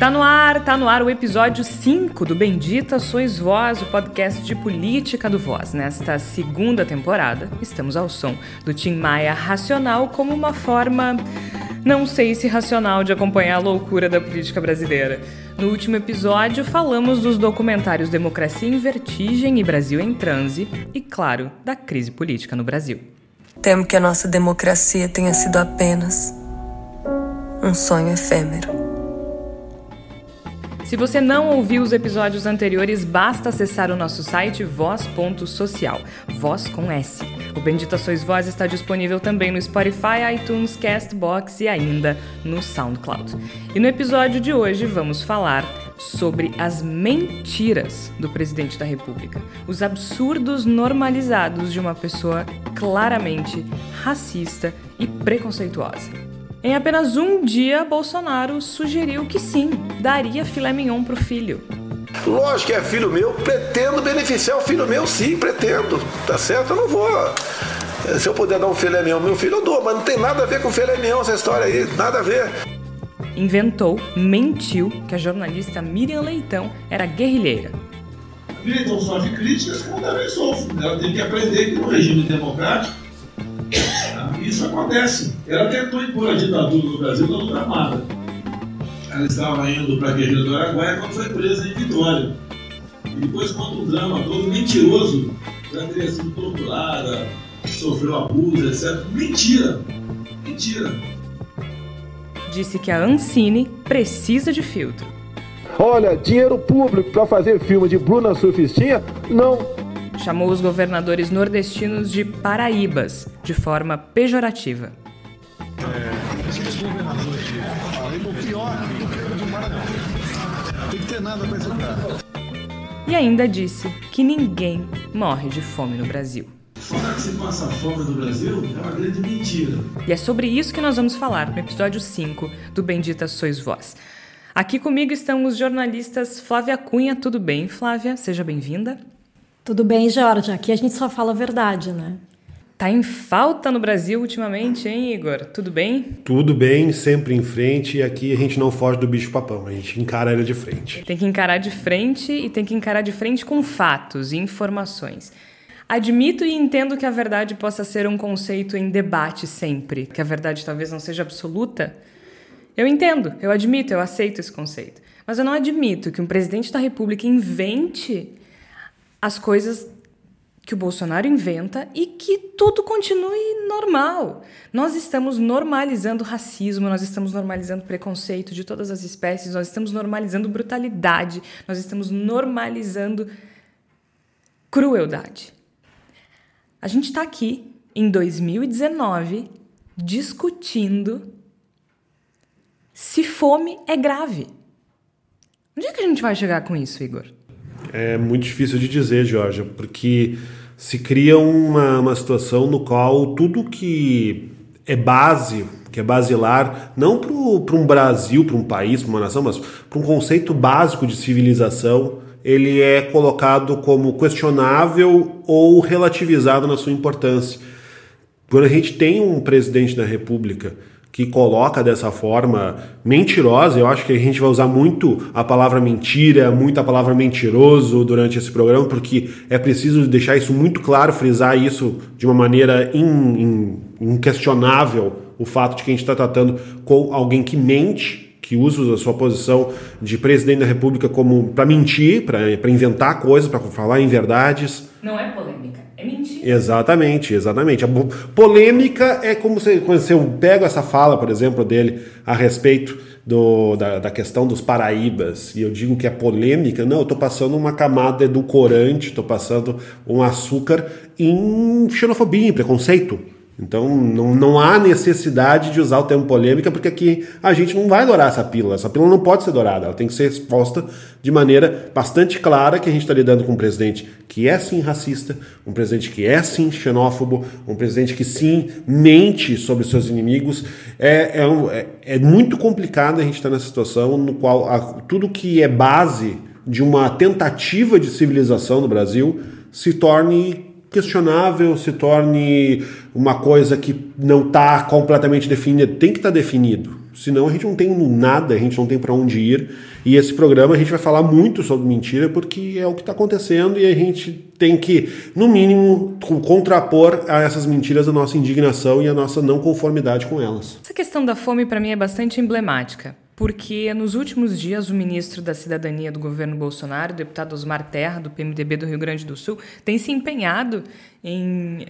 Tá no ar o episódio 5 do Bendita Sois Vós, o podcast de política do Voz. Nesta segunda temporada, estamos ao som do Tim Maia racional como uma forma, não sei se racional, de acompanhar a loucura da política brasileira. No último episódio, falamos dos documentários Democracia em Vertigem e Brasil em Transe e, claro, da crise política no Brasil. Temo que a nossa democracia tenha sido apenas um sonho efêmero. Se você não ouviu os episódios anteriores, basta acessar o nosso site voz.social, voz com S. O Bendita Sois Voz está disponível também no Spotify, iTunes, Castbox e ainda no SoundCloud. E no episódio de hoje vamos falar sobre as mentiras do presidente da República, os absurdos normalizados de uma pessoa claramente racista e preconceituosa. Em apenas um dia, Bolsonaro sugeriu que sim, daria filé mignon pro filho. Lógico que é filho meu, pretendo beneficiar o filho meu, sim, pretendo, tá certo? Eu não vou. Se eu puder dar um filé mignon ao meu filho, eu dou, mas não tem nada a ver com filé mignon essa história aí, nada a ver. Inventou, mentiu que a jornalista Miriam Leitão era guerrilheira. A Miriam Leitão sofre críticas como também sofre. Ela tem que aprender que no regime democrático isso acontece. Ela tentou impor a ditadura no Brasil na luta armada. Ela estava indo para a guerrilha do Araguaia quando foi presa em Vitória. E depois, quando o drama todo mentiroso, já teria sido torturada, sofreu abuso, etc. Mentira! Mentira! Disse que a Ancine precisa de filtro. Olha, dinheiro público para fazer filme de Bruna Surfistinha, não. Chamou os governadores nordestinos de paraíbas, de forma pejorativa. Esses governadores de Paraíba, o pior do Maranhão. Tem que ter nada para executar. E ainda disse que ninguém morre de fome no Brasil. Falar que se passa fome no Brasil é uma grande mentira. E é sobre isso que nós vamos falar no episódio 5 do Bendita Sois Vós. Aqui comigo estão os jornalistas Flávia Cunha. Tudo bem, Flávia? Seja bem-vinda. Tudo bem, Jorge. Aqui a gente só fala a verdade, né? Tá em falta no Brasil ultimamente, hein, Igor? Tudo bem? Tudo bem, sempre em frente. E aqui a gente não foge do bicho-papão, a gente encara ele de frente. Tem que encarar de frente e tem que encarar de frente com fatos e informações. Admito e entendo que a verdade possa ser um conceito em debate sempre, que a verdade talvez não seja absoluta. Eu entendo, eu admito, eu aceito esse conceito. Mas eu não admito que um presidente da República invente as coisas que o Bolsonaro inventa e que tudo continue normal. Nós estamos normalizando racismo, nós estamos normalizando preconceito de todas as espécies, nós estamos normalizando brutalidade, nós estamos normalizando crueldade. A gente está aqui, em 2019, discutindo se fome é grave. Onde é que a gente vai chegar com isso, Igor? É muito difícil de dizer, Georgia, porque se cria uma situação no qual tudo que é base, que é basilar, não para um Brasil, para um país, para uma nação, mas para um conceito básico de civilização, ele é colocado como questionável ou relativizado na sua importância. Quando a gente tem um presidente da República que coloca dessa forma mentirosa, eu acho que a gente vai usar muito a palavra mentira, muito a palavra mentiroso durante esse programa, porque é preciso deixar isso muito claro, frisar isso de uma maneira inquestionável, o fato de que a gente está tratando com alguém que mente, que usa a sua posição de presidente da República como para mentir, para inventar coisas, para falar em verdades. Não é polêmica, é mentira. Exatamente. A polêmica é como quando eu pego essa fala, por exemplo, dele a respeito da questão dos paraíbas e eu digo que é polêmica. Não, eu estou passando uma camada edulcorante, estou passando um açúcar em xenofobia, em preconceito. Então não há necessidade de usar o termo polêmica, porque aqui a gente não vai dourar essa pílula não pode ser dourada, ela tem que ser exposta de maneira bastante clara que a gente está lidando com um presidente que é sim racista, um presidente que é sim xenófobo, um presidente que sim mente sobre seus inimigos. É muito complicado a gente estar nessa situação no qual tudo que é base de uma tentativa de civilização no Brasil se torne questionável, se torne uma coisa que não está completamente definida. Tem que estar definido. Senão a gente não tem nada, a gente não tem para onde ir. E esse programa a gente vai falar muito sobre mentira, porque é o que está acontecendo e a gente tem que, no mínimo, contrapor a essas mentiras a nossa indignação e a nossa não conformidade com elas. Essa questão da fome, para mim, é bastante emblemática, porque nos últimos dias o ministro da Cidadania do governo Bolsonaro, o deputado Osmar Terra, do PMDB do Rio Grande do Sul, tem se empenhado em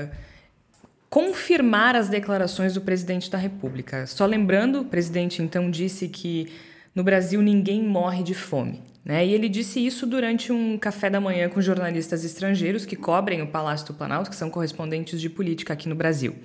confirmar as declarações do presidente da República. Só lembrando, o presidente então disse que no Brasil ninguém morre de fome, né? E ele disse isso durante um café da manhã com jornalistas estrangeiros que cobrem o Palácio do Planalto, que são correspondentes de política aqui no Brasil.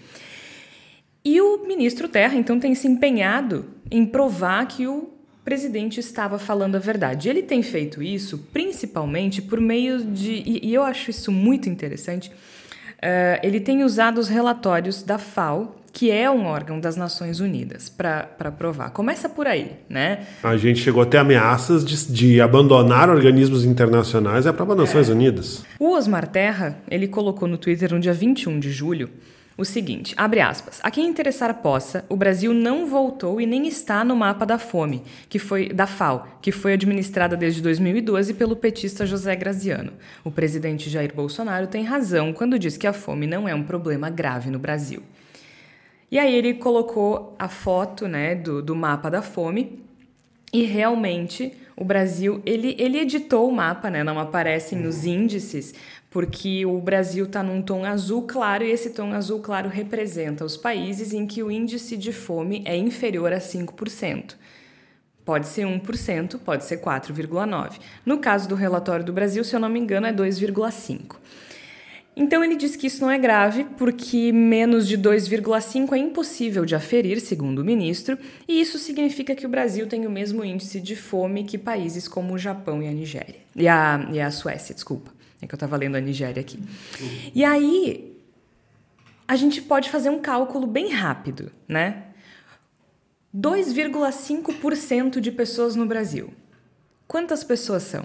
E o ministro Terra, então, tem se empenhado em provar que o presidente estava falando a verdade. Ele tem feito isso principalmente por meio de... E eu acho isso muito interessante. Ele tem usado os relatórios da FAO, que é um órgão das Nações Unidas, para provar. Começa por aí, né? A gente chegou a ter ameaças de abandonar organismos internacionais e a própria Nações Unidas. O Osmar Terra, ele colocou no Twitter no dia 21 de julho o seguinte, abre aspas, a quem interessar possa, o Brasil não voltou e nem está no mapa da fome, que foi da FAO, que foi administrada desde 2012 pelo petista José Graziano. O presidente Jair Bolsonaro tem razão quando diz que a fome não é um problema grave no Brasil. E aí ele colocou a foto, né, do mapa da fome e realmente o Brasil, ele editou o mapa, né, não aparecem os índices, porque o Brasil está num tom azul claro e esse tom azul claro representa os países em que o índice de fome é inferior a 5%. Pode ser 1%, pode ser 4,9%. No caso do relatório do Brasil, se eu não me engano, é 2,5%. Então ele diz que isso não é grave porque menos de 2,5 é impossível de aferir, segundo o ministro, e isso significa que o Brasil tem o mesmo índice de fome que países como o Japão e a Nigéria. E a Suécia, desculpa. É que eu estava lendo a Nigéria aqui. E aí, a gente pode fazer um cálculo bem rápido, né? 2,5% de pessoas no Brasil. Quantas pessoas são?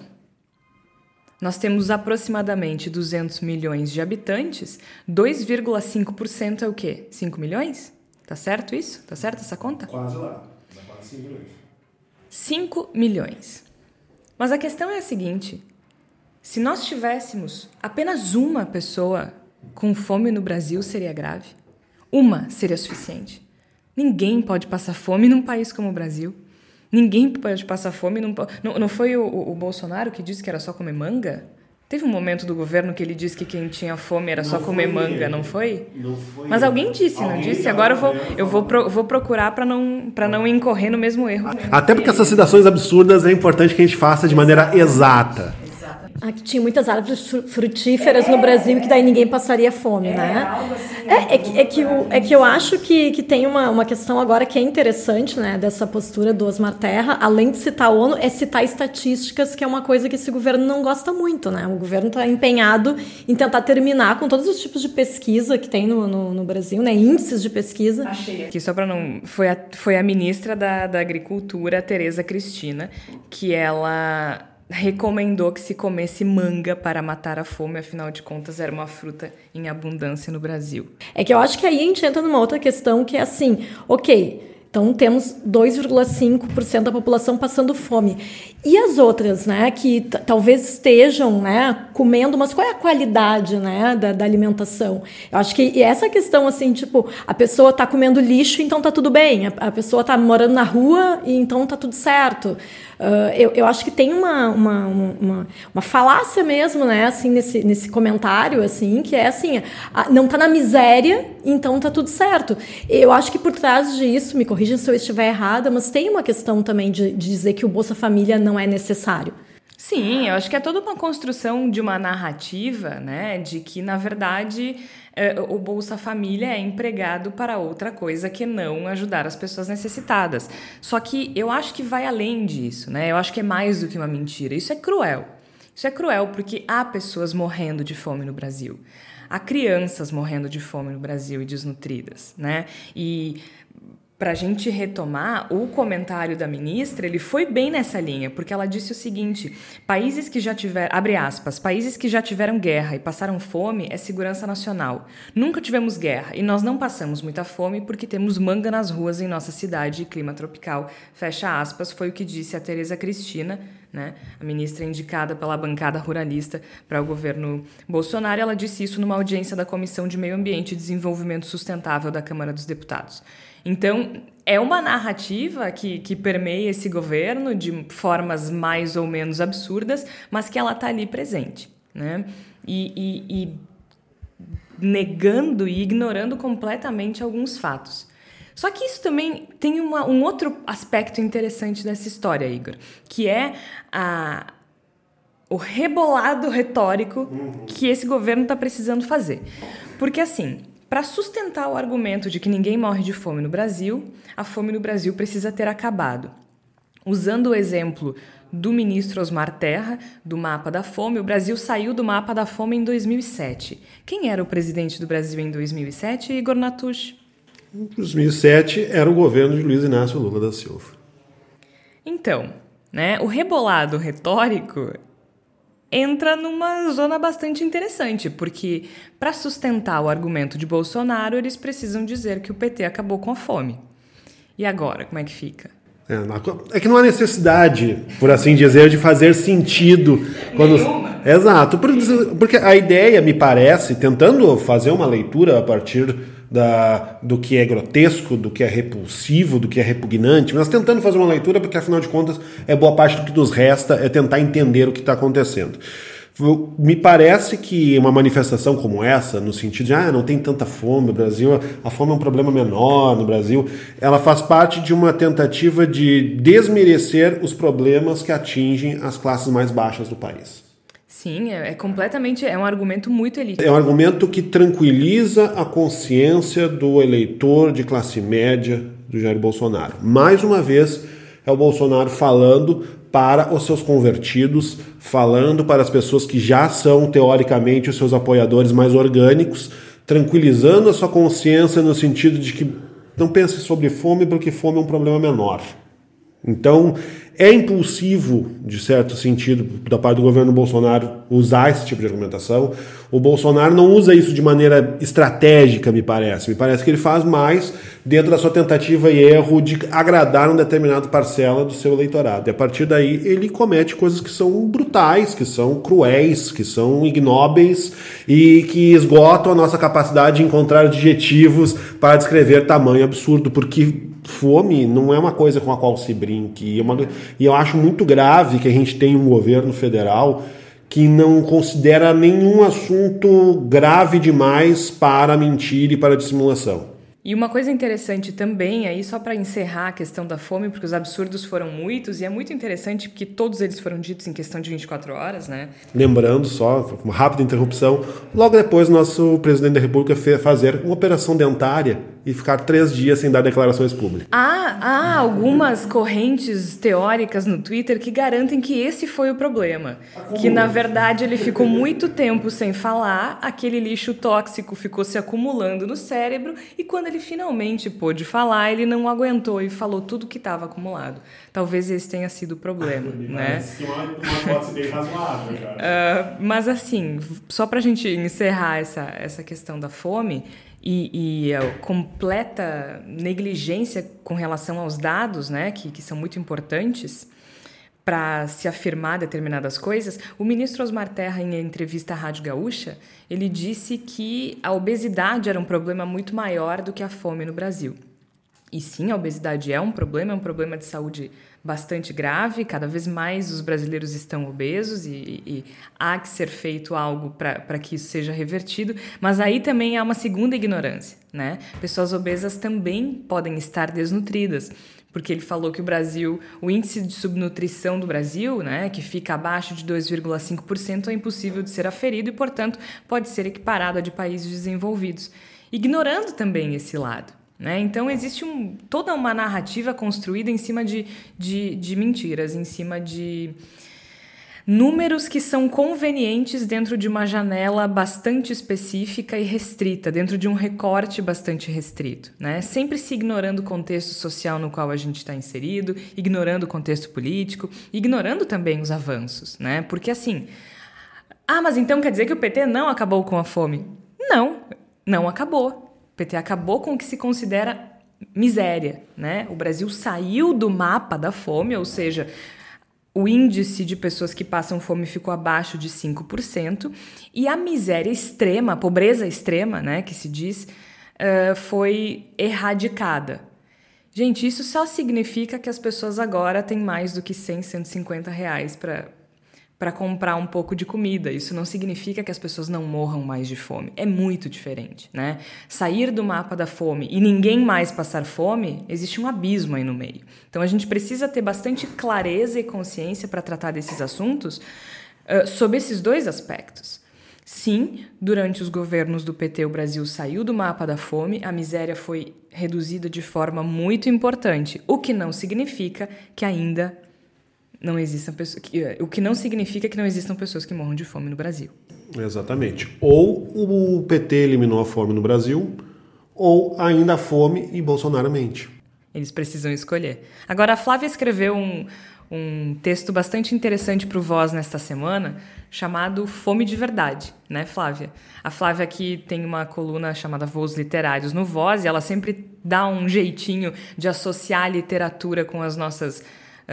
Nós temos aproximadamente 200 milhões de habitantes. 2,5% é o quê? 5 milhões? Tá certo isso? Tá certo essa conta? Quase lá. Dá quase 5 milhões. 5 milhões. Mas a questão é a seguinte... Se nós tivéssemos apenas uma pessoa com fome no Brasil, seria grave? Uma seria suficiente. Ninguém pode passar fome num país como o Brasil. Ninguém pode passar fome num... Não foi o Bolsonaro que disse que era só comer manga? Teve um momento do governo que ele disse que quem tinha fome era só comer manga, não foi? Não foi. Mas alguém disse, não disse? Agora eu vou procurar para não incorrer no mesmo erro. Até porque essas citações absurdas é importante que a gente faça de maneira exata. Aqui tinha muitas árvores frutíferas no Brasil que daí ninguém passaria fome, né? É que eu acho que tem uma questão agora que é interessante, né, dessa postura do Osmar Terra, além de citar a ONU, é citar estatísticas, que é uma coisa que esse governo não gosta muito, né? O governo está empenhado em tentar terminar com todos os tipos de pesquisa que tem no Brasil, né? Índices de pesquisa. Achei aqui, só para não... Foi a ministra da Agricultura, Tereza Cristina, que ela... recomendou que se comesse manga para matar a fome, afinal de contas era uma fruta em abundância no Brasil. É que eu acho que aí a gente entra numa outra questão que é assim, ok, então temos 2,5% da população passando fome. E as outras, né, que talvez estejam, né, comendo, mas qual é a qualidade, né, da alimentação? Eu acho que essa questão, assim, tipo, a pessoa está comendo lixo, então tá tudo bem. A pessoa está morando na rua, e então tá tudo certo. Eu acho que tem uma falácia mesmo, né, assim, nesse comentário, assim, que é assim, não tá na miséria, então tá tudo certo. Eu acho que por trás disso, me corrijam se eu estiver errada, mas tem uma questão também de dizer que o Bolsa Família não é necessário. Sim, eu acho que é toda uma construção de uma narrativa, né, de que, na verdade, o Bolsa Família é empregado para outra coisa que não ajudar as pessoas necessitadas. Só que eu acho que vai além disso, né? Eu acho que é mais do que uma mentira. Isso é cruel. Isso é cruel porque há pessoas morrendo de fome no Brasil. Há crianças morrendo de fome no Brasil e desnutridas, né? E para a gente retomar, o comentário da ministra, ele foi bem nessa linha, porque ela disse o seguinte: países que já tiveram, abre aspas, países que já tiveram guerra e passaram fome é segurança nacional. Nunca tivemos guerra e nós não passamos muita fome porque temos manga nas ruas em nossa cidade e clima tropical. Fecha aspas, foi o que disse a Tereza Cristina, né, a ministra indicada pela bancada ruralista para o governo Bolsonaro. Ela disse isso numa audiência da Comissão de Meio Ambiente e Desenvolvimento Sustentável da Câmara dos Deputados. Então, é uma narrativa que permeia esse governo de formas mais ou menos absurdas, mas que ela está ali presente, né? E negando e ignorando completamente alguns fatos. Só que isso também tem um outro aspecto interessante dessa história, Igor, que é o rebolado retórico que esse governo está precisando fazer. Porque, assim, para sustentar o argumento de que ninguém morre de fome no Brasil, a fome no Brasil precisa ter acabado. Usando o exemplo do ministro Osmar Terra, do Mapa da Fome, o Brasil saiu do Mapa da Fome em 2007. Quem era o presidente do Brasil em 2007, Igor Natush? Em 2007 era o governo de Luiz Inácio Lula da Silva. Então, né, o rebolado retórico entra numa zona bastante interessante, porque para sustentar o argumento de Bolsonaro, eles precisam dizer que o PT acabou com a fome. E agora, como é que fica? É que não há necessidade, por assim dizer, de fazer sentido. Nenhuma. Exato, porque a ideia, me parece, tentando fazer uma leitura a partir do que é grotesco, do que é repulsivo, do que é repugnante, mas tentando fazer uma leitura porque, afinal de contas, boa parte do que nos resta é tentar entender o que está acontecendo. Me parece que uma manifestação como essa, no sentido de não tem tanta fome no Brasil, a fome é um problema menor no Brasil, ela faz parte de uma tentativa de desmerecer os problemas que atingem as classes mais baixas do país. Sim, é um argumento muito elitista. É um argumento que tranquiliza a consciência do eleitor de classe média do Jair Bolsonaro. Mais uma vez, é o Bolsonaro falando para os seus convertidos, falando para as pessoas que já são, teoricamente, os seus apoiadores mais orgânicos, tranquilizando a sua consciência no sentido de que não pense sobre fome, porque fome é um problema menor. Então, é impulsivo, de certo sentido, da parte do governo Bolsonaro, usar esse tipo de argumentação. O Bolsonaro não usa isso de maneira estratégica, me parece. Me parece que ele faz mais dentro da sua tentativa e erro de agradar uma determinada parcela do seu eleitorado. E a partir daí, ele comete coisas que são brutais, que são cruéis, que são ignóbeis e que esgotam a nossa capacidade de encontrar adjetivos para descrever tamanho absurdo, porque fome não é uma coisa com a qual se brinque. E eu acho muito grave que a gente tenha um governo federal que não considera nenhum assunto grave demais para a mentira e para a dissimulação. E uma coisa interessante também, aí só para encerrar a questão da fome, porque os absurdos foram muitos, e é muito interessante porque todos eles foram ditos em questão de 24 horas, né? Lembrando só, uma rápida interrupção, logo depois nosso presidente da República fazer uma operação dentária e ficar 3 dias sem dar declarações públicas. Há algumas correntes teóricas no Twitter que garantem que esse foi o problema. Que, na verdade, ele ficou muito tempo sem falar, aquele lixo tóxico ficou se acumulando no cérebro e quando ele finalmente pôde falar, ele não aguentou e falou tudo que estava acumulado. Talvez esse tenha sido o problema, né? Uma hipótese bem razoável, cara. Mas, assim, só para a gente encerrar essa questão da fome e a completa negligência com relação aos dados, né, que são muito importantes para se afirmar determinadas coisas, o ministro Osmar Terra, em entrevista à Rádio Gaúcha, ele disse que a obesidade era um problema muito maior do que a fome no Brasil. E sim, a obesidade é um problema de saúde bastante grave, cada vez mais os brasileiros estão obesos e há que ser feito algo para que isso seja revertido, mas aí também há uma segunda ignorância, né? Pessoas obesas também podem estar desnutridas, porque ele falou que o índice de subnutrição do Brasil, né, que fica abaixo de 2,5%, é impossível de ser aferido e, portanto, pode ser equiparado a de países desenvolvidos, ignorando também esse lado. Né? Então, existe toda uma narrativa construída em cima de mentiras, em cima números que são convenientes dentro de uma janela bastante específica e restrita, dentro de um recorte bastante restrito, né? Sempre se ignorando o contexto social no qual a gente está inserido, ignorando o contexto político, ignorando também os avanços, né? Porque assim, mas então quer dizer que o PT não acabou com a fome? Não acabou. O PT acabou com o que se considera miséria, né? O Brasil saiu do mapa da fome, ou seja, o índice de pessoas que passam fome ficou abaixo de 5%, e a miséria extrema, a pobreza extrema, né, que se diz, foi erradicada. Gente, isso só significa que as pessoas agora têm mais do que 100, 150 reais para comprar um pouco de comida. Isso não significa que as pessoas não morram mais de fome. É muito diferente, né? Sair do mapa da fome e ninguém mais passar fome, existe um abismo aí no meio. Então a gente precisa ter bastante clareza e consciência para tratar desses assuntos sob esses dois aspectos. Sim, durante os governos do PT, o Brasil saiu do mapa da fome, a miséria foi reduzida de forma muito importante, o que não significa que ainda não existam pessoas, o que não significa que não existam pessoas que morram de fome no Brasil. Exatamente. Ou o PT eliminou a fome no Brasil, ou ainda a fome e Bolsonaro mente. Eles precisam escolher. Agora, a Flávia escreveu um texto bastante interessante para o Voz nesta semana, chamado Fome de Verdade, né, Flávia? A Flávia aqui tem uma coluna chamada Voos Literários no Voz, e ela sempre dá um jeitinho de associar a literatura com as nossas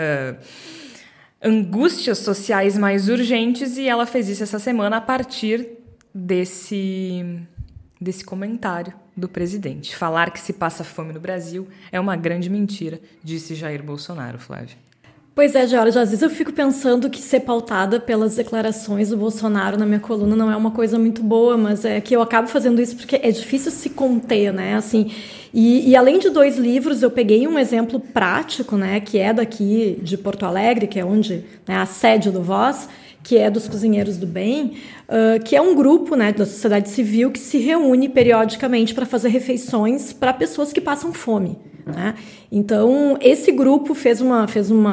angústias sociais mais urgentes, e ela fez isso essa semana a partir desse comentário do presidente. Falar que se passa fome no Brasil é uma grande mentira, disse Jair Bolsonaro, Flávia. Pois é, Georgia, às vezes eu fico pensando que ser pautada pelas declarações do Bolsonaro na minha coluna não é uma coisa muito boa, mas é que eu acabo fazendo isso porque é difícil se conter, né, assim, e além de 2 livros, eu peguei um exemplo prático, né, que é daqui de Porto Alegre, que é onde, né, a sede do Voz, que é dos Cozinheiros do Bem, que é um grupo, né, da sociedade civil que se reúne periodicamente para fazer refeições para pessoas que passam fome, né? Então, esse grupo fez um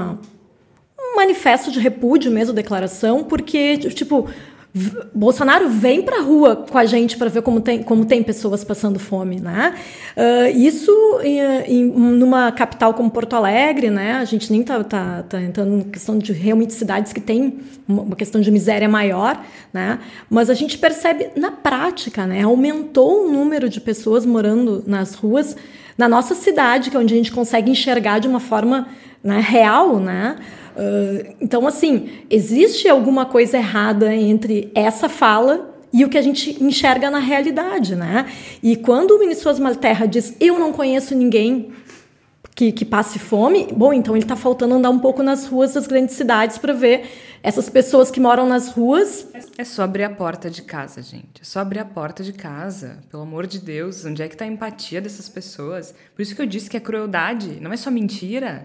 manifesto de repúdio mesmo, declaração, porque, tipo, Bolsonaro vem pra rua com a gente para ver como tem pessoas passando fome, né? Isso numa capital como Porto Alegre, né? A gente nem tá entrando na questão de realmente cidades que tem uma questão de miséria maior, né? Mas a gente percebe na prática, né? Aumentou o número de pessoas morando nas ruas na nossa cidade, que é onde a gente consegue enxergar de uma forma, né, real, né? Então, assim, existe alguma coisa errada entre essa fala e o que a gente enxerga na realidade, né? E quando o ministro Osmar Terra diz, eu não conheço ninguém que passe fome, bom, então ele está faltando andar um pouco nas ruas das grandes cidades para ver essas pessoas que moram nas ruas. É só abrir a porta de casa, gente. É só abrir a porta de casa. Pelo amor de Deus, onde é que está a empatia dessas pessoas? Por isso que eu disse que a crueldade não é só mentira,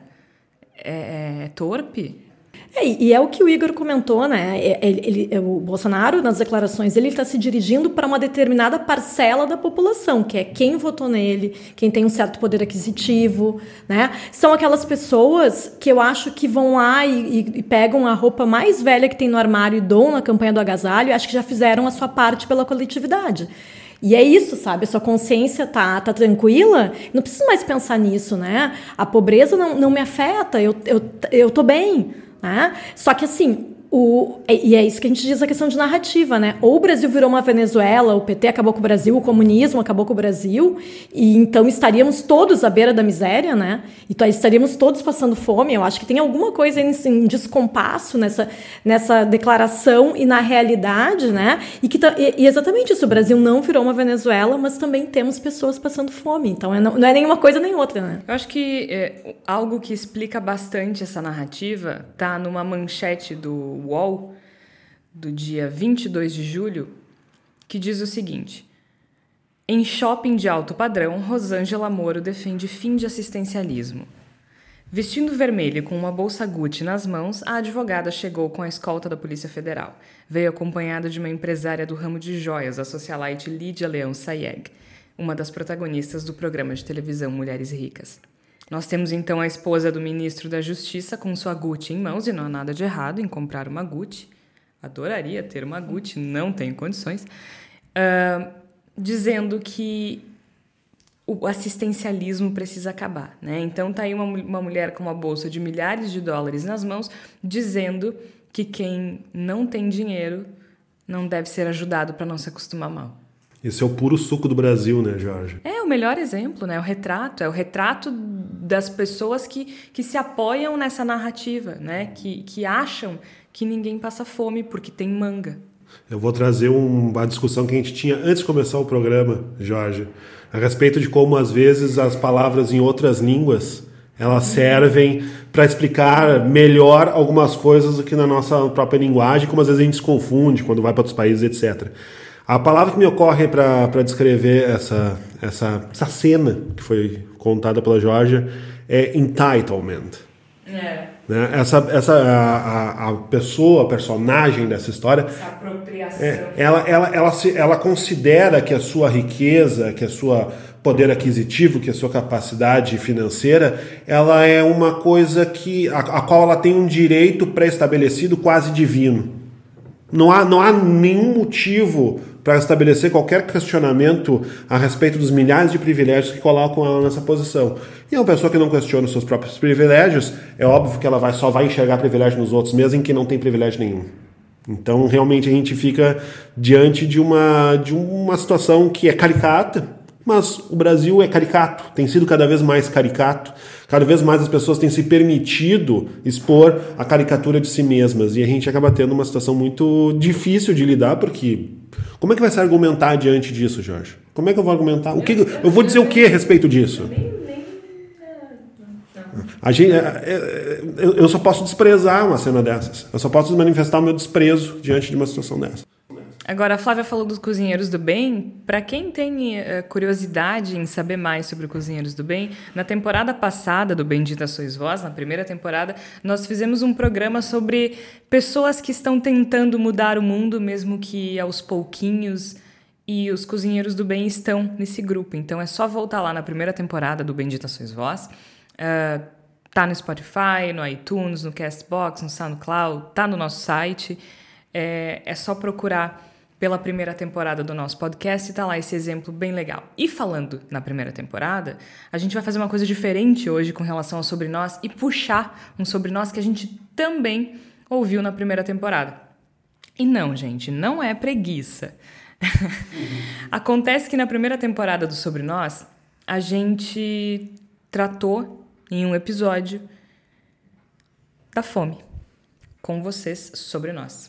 é torpe. E é o que o Igor comentou, né? O Bolsonaro, nas declarações, ele está se dirigindo para uma determinada parcela da população, que é quem votou nele, quem tem um certo poder aquisitivo, né? São aquelas pessoas que eu acho que vão lá e pegam a roupa mais velha que tem no armário e doam na campanha do agasalho, e acho que já fizeram a sua parte pela coletividade. E é isso, sabe? A sua consciência tá tranquila, não preciso mais pensar nisso, né? A pobreza não me afeta, eu tô bem, né? Só que assim, e é isso que a gente diz a questão de narrativa, né? Ou o Brasil virou uma Venezuela, o PT acabou com o Brasil, o comunismo acabou com o Brasil, e então estaríamos todos à beira da miséria, né? Então estaríamos todos passando fome. Eu acho que tem alguma coisa em descompasso nessa declaração e na realidade, né? E exatamente isso, o Brasil não virou uma Venezuela, mas também temos pessoas passando fome. Então não é nenhuma coisa nem outra, né? Eu acho que algo que explica bastante essa narrativa tá numa manchete do UOL, do dia 22 de julho, que diz o seguinte: em shopping de alto padrão, Rosângela Moro defende fim de assistencialismo. Vestindo vermelho e com uma bolsa Gucci nas mãos, a advogada chegou com a escolta da Polícia Federal. Veio acompanhada de uma empresária do ramo de joias, a socialite Lídia Leão Sayeg, uma das protagonistas do programa de televisão Mulheres Ricas. Nós temos então a esposa do ministro da Justiça com sua Gucci em mãos, e não há nada de errado em comprar uma Gucci. adoraria ter uma Gucci, não tenho condições, dizendo que o assistencialismo precisa acabar, né? Então tá aí uma mulher com uma bolsa de milhares de dólares nas mãos dizendo que quem não tem dinheiro não deve ser ajudado para não se acostumar mal. Esse é o puro suco do Brasil, né, Jorge? É o melhor exemplo, né? É o retrato das pessoas que se apoiam nessa narrativa, né? Que acham que ninguém passa fome porque tem manga. Eu vou trazer uma discussão que a gente tinha antes de começar o programa, Jorge, a respeito de como, às vezes, as palavras em outras línguas, elas servem para explicar melhor algumas coisas do que na nossa própria linguagem, como às vezes a gente se confunde quando vai para outros países, etc. A palavra que me ocorre para descrever essa cena que foi contada pela Georgia é entitlement. Né? A pessoa, a personagem dessa história, essa apropriação. Ela considera que a sua riqueza, que a sua poder aquisitivo, que a sua capacidade financeira, ela é uma coisa a qual ela tem um direito pré-estabelecido quase divino. Não há nenhum motivo para estabelecer qualquer questionamento a respeito dos milhares de privilégios que colocam ela nessa posição. E uma pessoa que não questiona os seus próprios privilégios, é óbvio que ela só vai enxergar privilégio nos outros, mesmo em que não tem privilégio nenhum. Então, realmente, a gente fica diante de uma situação que é caricata, mas o Brasil é caricato, tem sido cada vez mais caricato, cada vez mais as pessoas têm se permitido expor a caricatura de si mesmas, e a gente acaba tendo uma situação muito difícil de lidar, porque como é que vai se argumentar diante disso, Jorge? Como é que eu vou argumentar? Eu vou dizer o que a respeito disso? Eu só posso desprezar uma cena dessas, eu só posso manifestar o meu desprezo diante de uma situação dessa. Agora, a Flávia falou dos Cozinheiros do Bem. Para quem tem curiosidade em saber mais sobre Cozinheiros do Bem, na temporada passada do Bendita Sois Vós, na primeira temporada, nós fizemos um programa sobre pessoas que estão tentando mudar o mundo, mesmo que aos pouquinhos, e os Cozinheiros do Bem estão nesse grupo. Então é só voltar lá na primeira temporada do Bendita Sois Vós. Tá no Spotify, no iTunes, no Castbox, no SoundCloud, tá no nosso site. É só procurar pela primeira temporada do nosso podcast e tá lá esse exemplo bem legal. E falando na primeira temporada, a gente vai fazer uma coisa diferente hoje com relação ao Sobre Nós e puxar um Sobre Nós que a gente também ouviu na primeira temporada. E não, gente, não é preguiça. Acontece que na primeira temporada do Sobre Nós, a gente tratou em um episódio da fome com vocês sobre nós.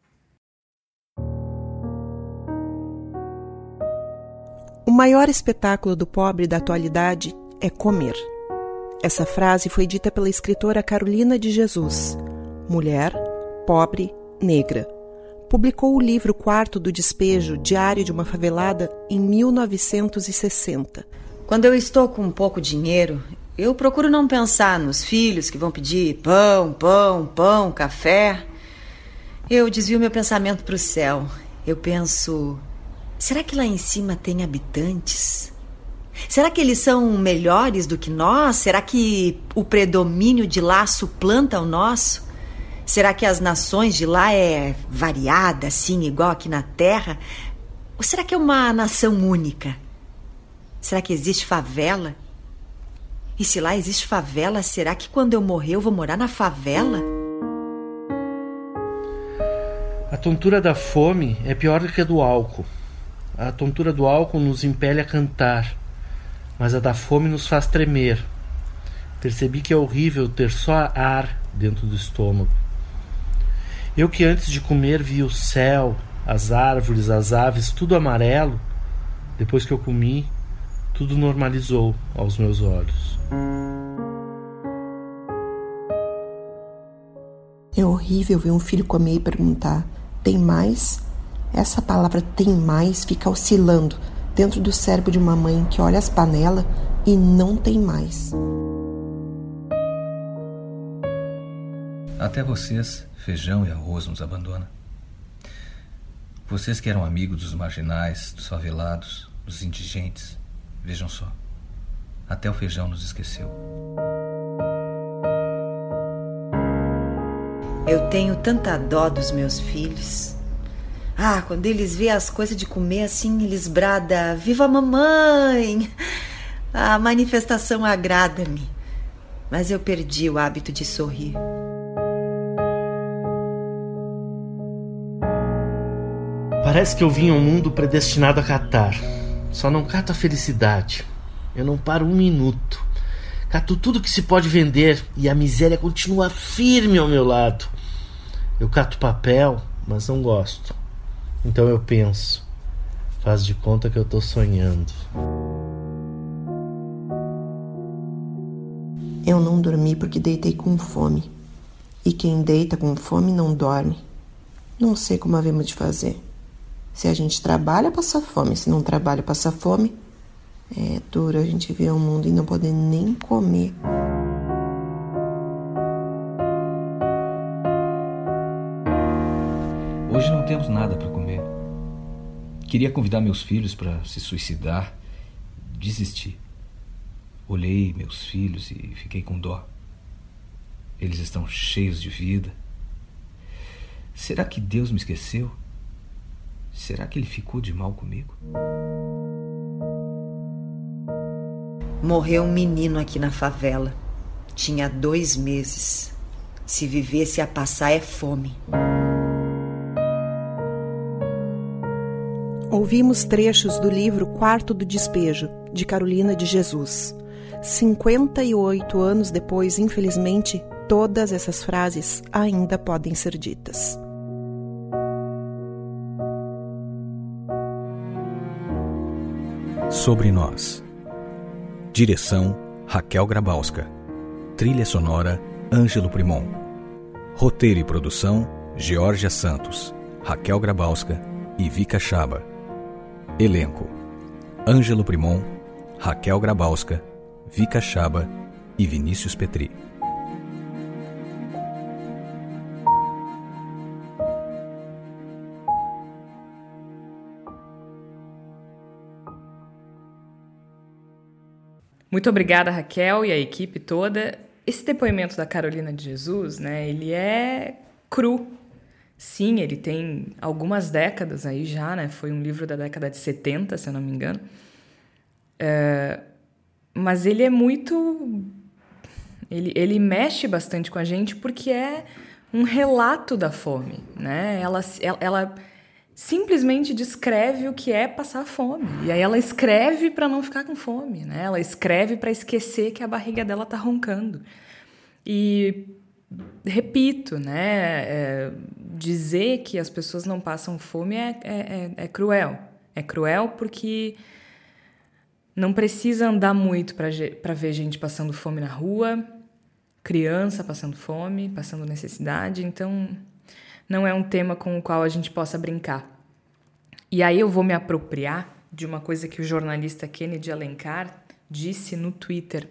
O maior espetáculo do pobre da atualidade é comer. Essa frase foi dita pela escritora Carolina de Jesus, mulher, pobre, negra. Publicou o livro Quarto do Despejo, Diário de uma Favelada, em 1960. Quando eu estou com pouco dinheiro, eu procuro não pensar nos filhos que vão pedir pão, café. Eu desvio meu pensamento para o céu. Eu penso... Será que lá em cima tem habitantes? Será que eles são melhores do que nós? Será que o predomínio de lá suplanta o nosso? Será que as nações de lá é variada, assim, igual aqui na Terra? Ou será que é uma nação única? Será que existe favela? E se lá existe favela, será que quando eu morrer eu vou morar na favela? A tontura da fome é pior do que a do álcool. A tontura do álcool nos impele a cantar, mas a da fome nos faz tremer. Percebi que é horrível ter só ar dentro do estômago. Eu que antes de comer vi o céu, as árvores, as aves, tudo amarelo, depois que eu comi, tudo normalizou aos meus olhos. É horrível ver um filho comer e perguntar: tem mais? Essa palavra tem mais fica oscilando dentro do cérebro de uma mãe que olha as panelas e não tem mais. Até vocês, feijão e arroz nos abandona. Vocês que eram amigos dos marginais, dos favelados, dos indigentes, vejam só, até o feijão nos esqueceu. Eu tenho tanta dó dos meus filhos. Quando eles veem as coisas de comer assim, eles bradam: viva a mamãe! A manifestação agrada-me, mas eu perdi o hábito de sorrir. Parece que eu vim ao mundo predestinado a catar. Só não cato a felicidade. Eu não paro um minuto. Cato tudo que se pode vender e a miséria continua firme ao meu lado. Eu cato papel, mas não gosto. Então eu penso: faz de conta que eu tô sonhando. Eu não dormi porque deitei com fome. E quem deita com fome não dorme. Não sei como havemos de fazer. Se a gente trabalha, passa fome. Se não trabalha, passa fome. É duro a gente ver o mundo e não poder nem comer. Hoje não temos nada para comer. Queria convidar meus filhos para se suicidar. Desisti. Olhei meus filhos e fiquei com dó. Eles estão cheios de vida. Será que Deus me esqueceu? Será que ele ficou de mal comigo? Morreu um menino aqui na favela. Tinha 2 meses. Se vivesse a passar é fome. Ouvimos trechos do livro Quarto do Despejo, de Carolina de Jesus. 58 anos depois, infelizmente, todas essas frases ainda podem ser ditas. Sobre Nós. Direção: Raquel Grabowska. Trilha sonora: Ângelo Primon. Roteiro e produção: Georgia Santos, Raquel Grabowska e Vika Chaba. Elenco: Ângelo Primon, Raquel Grabowska, Vika Chaba e Vinícius Petri. Muito obrigada, Raquel, e a equipe toda. Esse depoimento da Carolina de Jesus, né, ele é cru. Sim, ele tem algumas décadas aí já, né? Foi um livro da década de 70, se eu não me engano. Mas ele é muito... Ele mexe bastante com a gente porque é um relato da fome, né? Ela simplesmente descreve o que é passar fome. E aí ela escreve para não ficar com fome, né? Ela escreve para esquecer que a barriga dela tá roncando. E, repito, né? Dizer que as pessoas não passam fome é cruel. É cruel porque não precisa andar muito para ver gente passando fome na rua, criança passando fome, passando necessidade. Então, não é um tema com o qual a gente possa brincar. E aí eu vou me apropriar de uma coisa que o jornalista Kennedy Alencar disse no Twitter,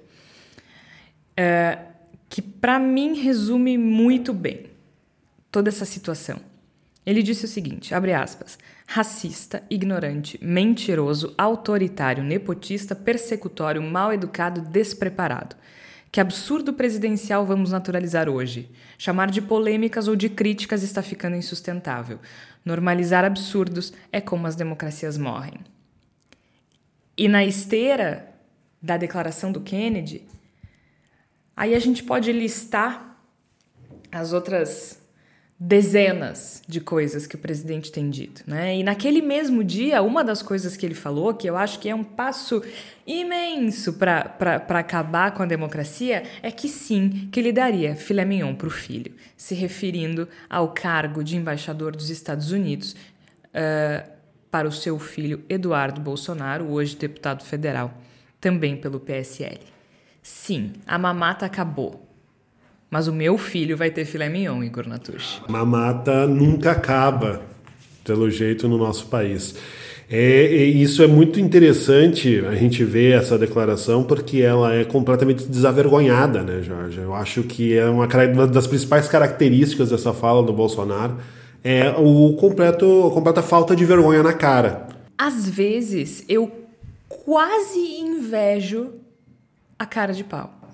que para mim resume muito bem toda essa situação. Ele disse o seguinte, abre aspas: racista, ignorante, mentiroso, autoritário, nepotista, persecutório, mal educado, despreparado. Que absurdo presidencial vamos naturalizar hoje? Chamar de polêmicas ou de críticas está ficando insustentável. Normalizar absurdos é como as democracias morrem. E na esteira da declaração do Kennedy, aí a gente pode listar as outras dezenas de coisas que o presidente tem dito, né? E naquele mesmo dia, uma das coisas que ele falou, que eu acho que é um passo imenso para acabar com a democracia, é que sim, que ele daria filé mignon para o filho, se referindo ao cargo de embaixador dos Estados Unidos para o seu filho Eduardo Bolsonaro, hoje deputado federal, também pelo PSL. Sim, a mamata acabou. Mas o meu filho vai ter filé mignon, Igor Natucci. Mamata nunca acaba, pelo jeito, no nosso país. Isso é muito interessante a gente ver essa declaração, porque ela é completamente desavergonhada, né, Jorge? Eu acho que é uma das principais características dessa fala do Bolsonaro é a completa falta de vergonha na cara. Às vezes, eu quase invejo a cara de pau.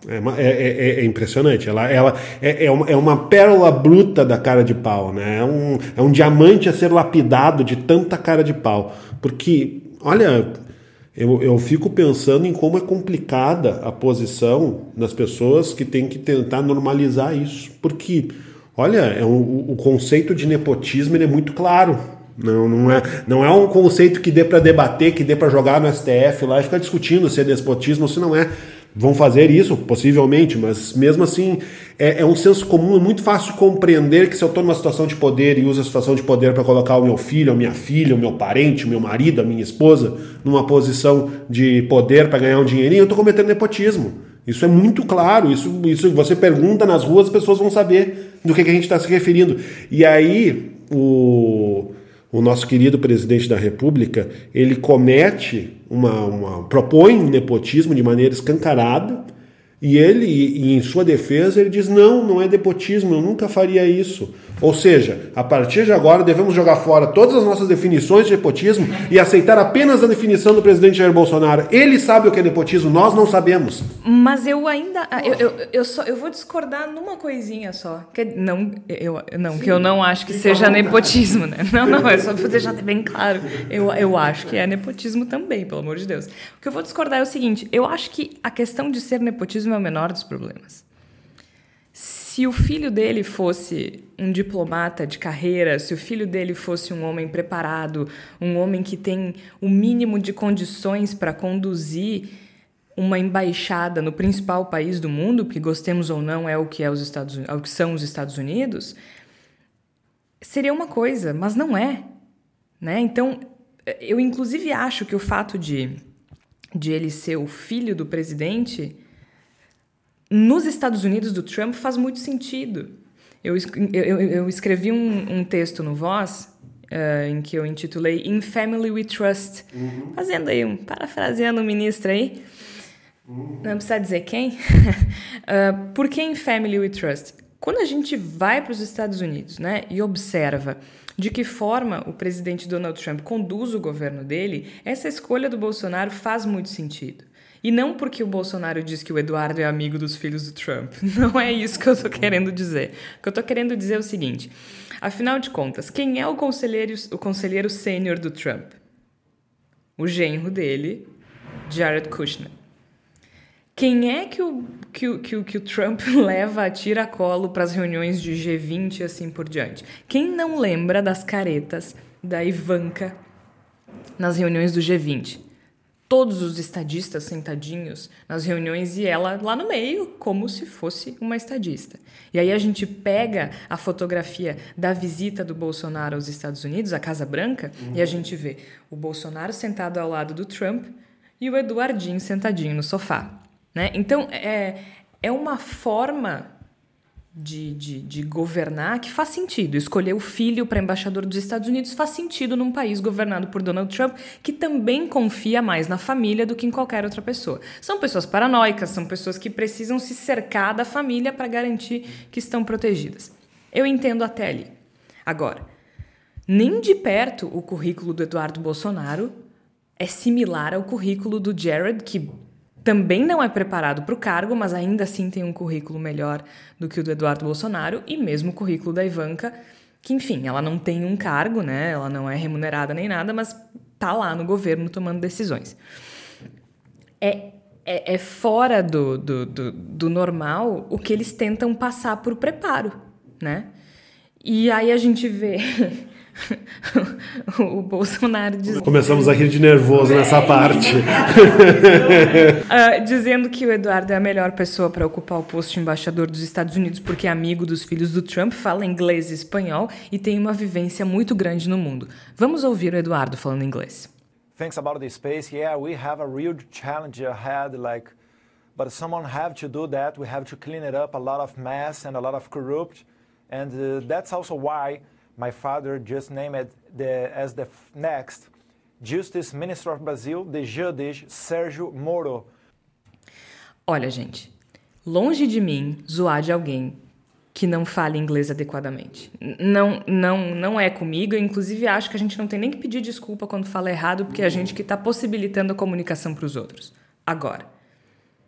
É impressionante. Ela é uma pérola bruta da cara de pau, né? É um diamante a ser lapidado de tanta cara de pau. Porque, olha, eu fico pensando em como é complicada a posição das pessoas que têm que tentar normalizar isso. Porque, olha, o conceito de nepotismo ele é muito claro. Não é um conceito que dê para debater, que dê para jogar no STF lá e ficar discutindo se é despotismo ou se não é. Vão fazer isso, possivelmente, mas mesmo assim é um senso comum, é muito fácil compreender que se eu estou numa situação de poder e uso a situação de poder para colocar o meu filho, a minha filha, o meu parente, o meu marido, a minha esposa numa posição de poder para ganhar um dinheirinho, eu estou cometendo nepotismo. Isso é muito claro, isso você pergunta nas ruas, as pessoas vão saber do que a gente está se referindo. E aí o nosso querido presidente da República, ele propõe um nepotismo de maneira escancarada, e em sua defesa ele diz, não é nepotismo, eu nunca faria isso. Ou seja, a partir de agora devemos jogar fora todas as nossas definições de nepotismo e aceitar apenas a definição do presidente Jair Bolsonaro. Ele sabe o que é nepotismo, nós não sabemos. Mas eu ainda... Eu vou discordar numa coisinha só. Que eu não acho que seja nepotismo, né? Não, é só pra deixar bem claro. Eu acho que é nepotismo também, pelo amor de Deus. O que eu vou discordar é o seguinte, eu acho que a questão de ser nepotismo é o menor dos problemas. Se o filho dele fosse um diplomata de carreira, se o filho dele fosse um homem preparado, um homem que tem o mínimo de condições para conduzir uma embaixada no principal país do mundo, que gostemos ou não é o que são os Estados Unidos, seria uma coisa, mas não é, né? Então, eu inclusive acho que o fato de ele ser o filho do presidente nos Estados Unidos do Trump faz muito sentido. Eu escrevi um texto no Voz em que eu intitulei In Family We Trust, fazendo aí parafraseando o ministro aí, não precisa dizer quem. Por que In Family We Trust? Quando a gente vai para os Estados Unidos, né, e observa de que forma o presidente Donald Trump conduz o governo dele, essa escolha do Bolsonaro faz muito sentido. E não porque o Bolsonaro diz que o Eduardo é amigo dos filhos do Trump. Não é isso que eu estou querendo dizer. O que eu estou querendo dizer é o seguinte. Afinal de contas, quem é o conselheiro sênior do Trump? O genro dele, Jared Kushner. Quem é que o Trump leva a tiracolo para as reuniões de G20 e assim por diante? Quem não lembra das caretas da Ivanka nas reuniões do G20? Todos os estadistas sentadinhos nas reuniões e ela lá no meio, como se fosse uma estadista. E aí a gente pega a fotografia da visita do Bolsonaro aos Estados Unidos, à Casa Branca, e a gente vê o Bolsonaro sentado ao lado do Trump e o Eduardinho sentadinho no sofá. Né? Então, é uma forma de governar que faz sentido. Escolher o filho para embaixador dos Estados Unidos faz sentido num país governado por Donald Trump, que também confia mais na família do que em qualquer outra pessoa. São pessoas paranoicas, são pessoas que precisam se cercar da família para garantir que estão protegidas. Eu entendo até ali. Agora, nem de perto o currículo do Eduardo Bolsonaro é similar ao currículo do Jared, que também não é preparado para o cargo, mas ainda assim tem um currículo melhor do que o do Eduardo Bolsonaro, e mesmo o currículo da Ivanka, que, enfim, ela não tem um cargo, né? Ela não é remunerada nem nada, mas tá lá no governo tomando decisões. É fora do normal o que eles tentam passar por preparo, né? E aí a gente vê... o Bolsonaro diz... Começamos a rir de nervoso nessa parte. Dizendo que o Eduardo é a melhor pessoa para ocupar o posto de embaixador dos Estados Unidos porque é amigo dos filhos do Trump, fala inglês e espanhol e tem uma vivência muito grande no mundo. Vamos ouvir o Eduardo falando inglês. Thinks about the space. Yeah, we have a real challenge ahead, but someone have to do that. We have to clean it up, a lot of mess and a lot of corrupt, and that's also why my father just named it as the next Justice Minister of Brazil, the Judge Sérgio Moro. Olha, gente, longe de mim zoar de alguém que não fale inglês adequadamente. Não é comigo. Eu, inclusive, acho que a gente não tem nem que pedir desculpa quando fala errado, porque é a gente que está possibilitando a comunicação para os outros. Agora,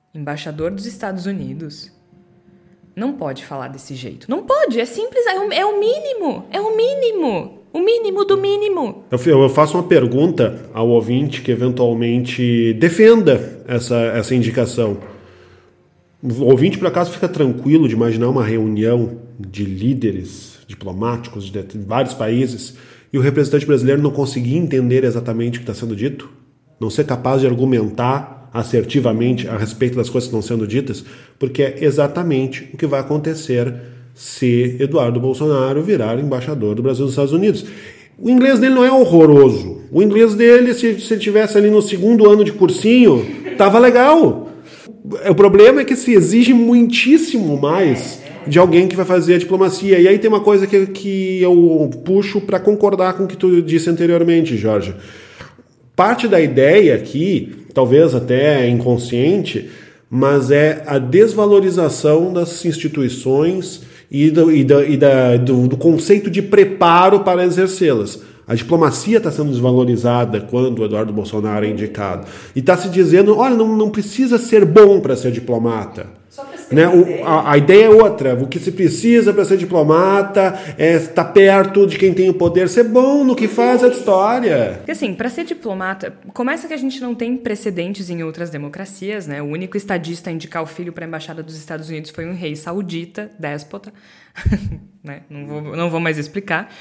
embaixador dos Estados Unidos, não pode falar desse jeito. Não pode, é simples, é o mínimo. É o mínimo. O mínimo do mínimo. Eu faço uma pergunta ao ouvinte que eventualmente defenda essa indicação. O ouvinte, por acaso, fica tranquilo de imaginar uma reunião de líderes diplomáticos de vários países e o representante brasileiro não conseguir entender exatamente o que está sendo dito? Não ser capaz de argumentar assertivamente a respeito das coisas que estão sendo ditas? Porque é exatamente o que vai acontecer se Eduardo Bolsonaro virar embaixador do Brasil nos Estados Unidos. O inglês dele não é horroroso. O inglês dele, se ele estivesse ali no segundo ano de cursinho, tava legal. O problema é que se exige muitíssimo mais de alguém que vai fazer a diplomacia. E aí tem uma coisa que eu puxo para concordar com o que tu disse anteriormente, Jorge. Parte da ideia aqui, talvez até inconsciente, mas é a desvalorização das instituições e do conceito de preparo para exercê-las. A diplomacia está sendo desvalorizada quando o Eduardo Bolsonaro é indicado. E está se dizendo, olha, não precisa ser bom para ser diplomata. Né? A ideia é outra. O que se precisa para ser diplomata é estar perto de quem tem o poder, ser bom no que faz a história. Porque assim, para ser diplomata, começa que a gente não tem precedentes em outras democracias, né? O único estadista a indicar o filho para a embaixada dos Estados Unidos foi um rei saudita, déspota. Né? Não vou mais explicar.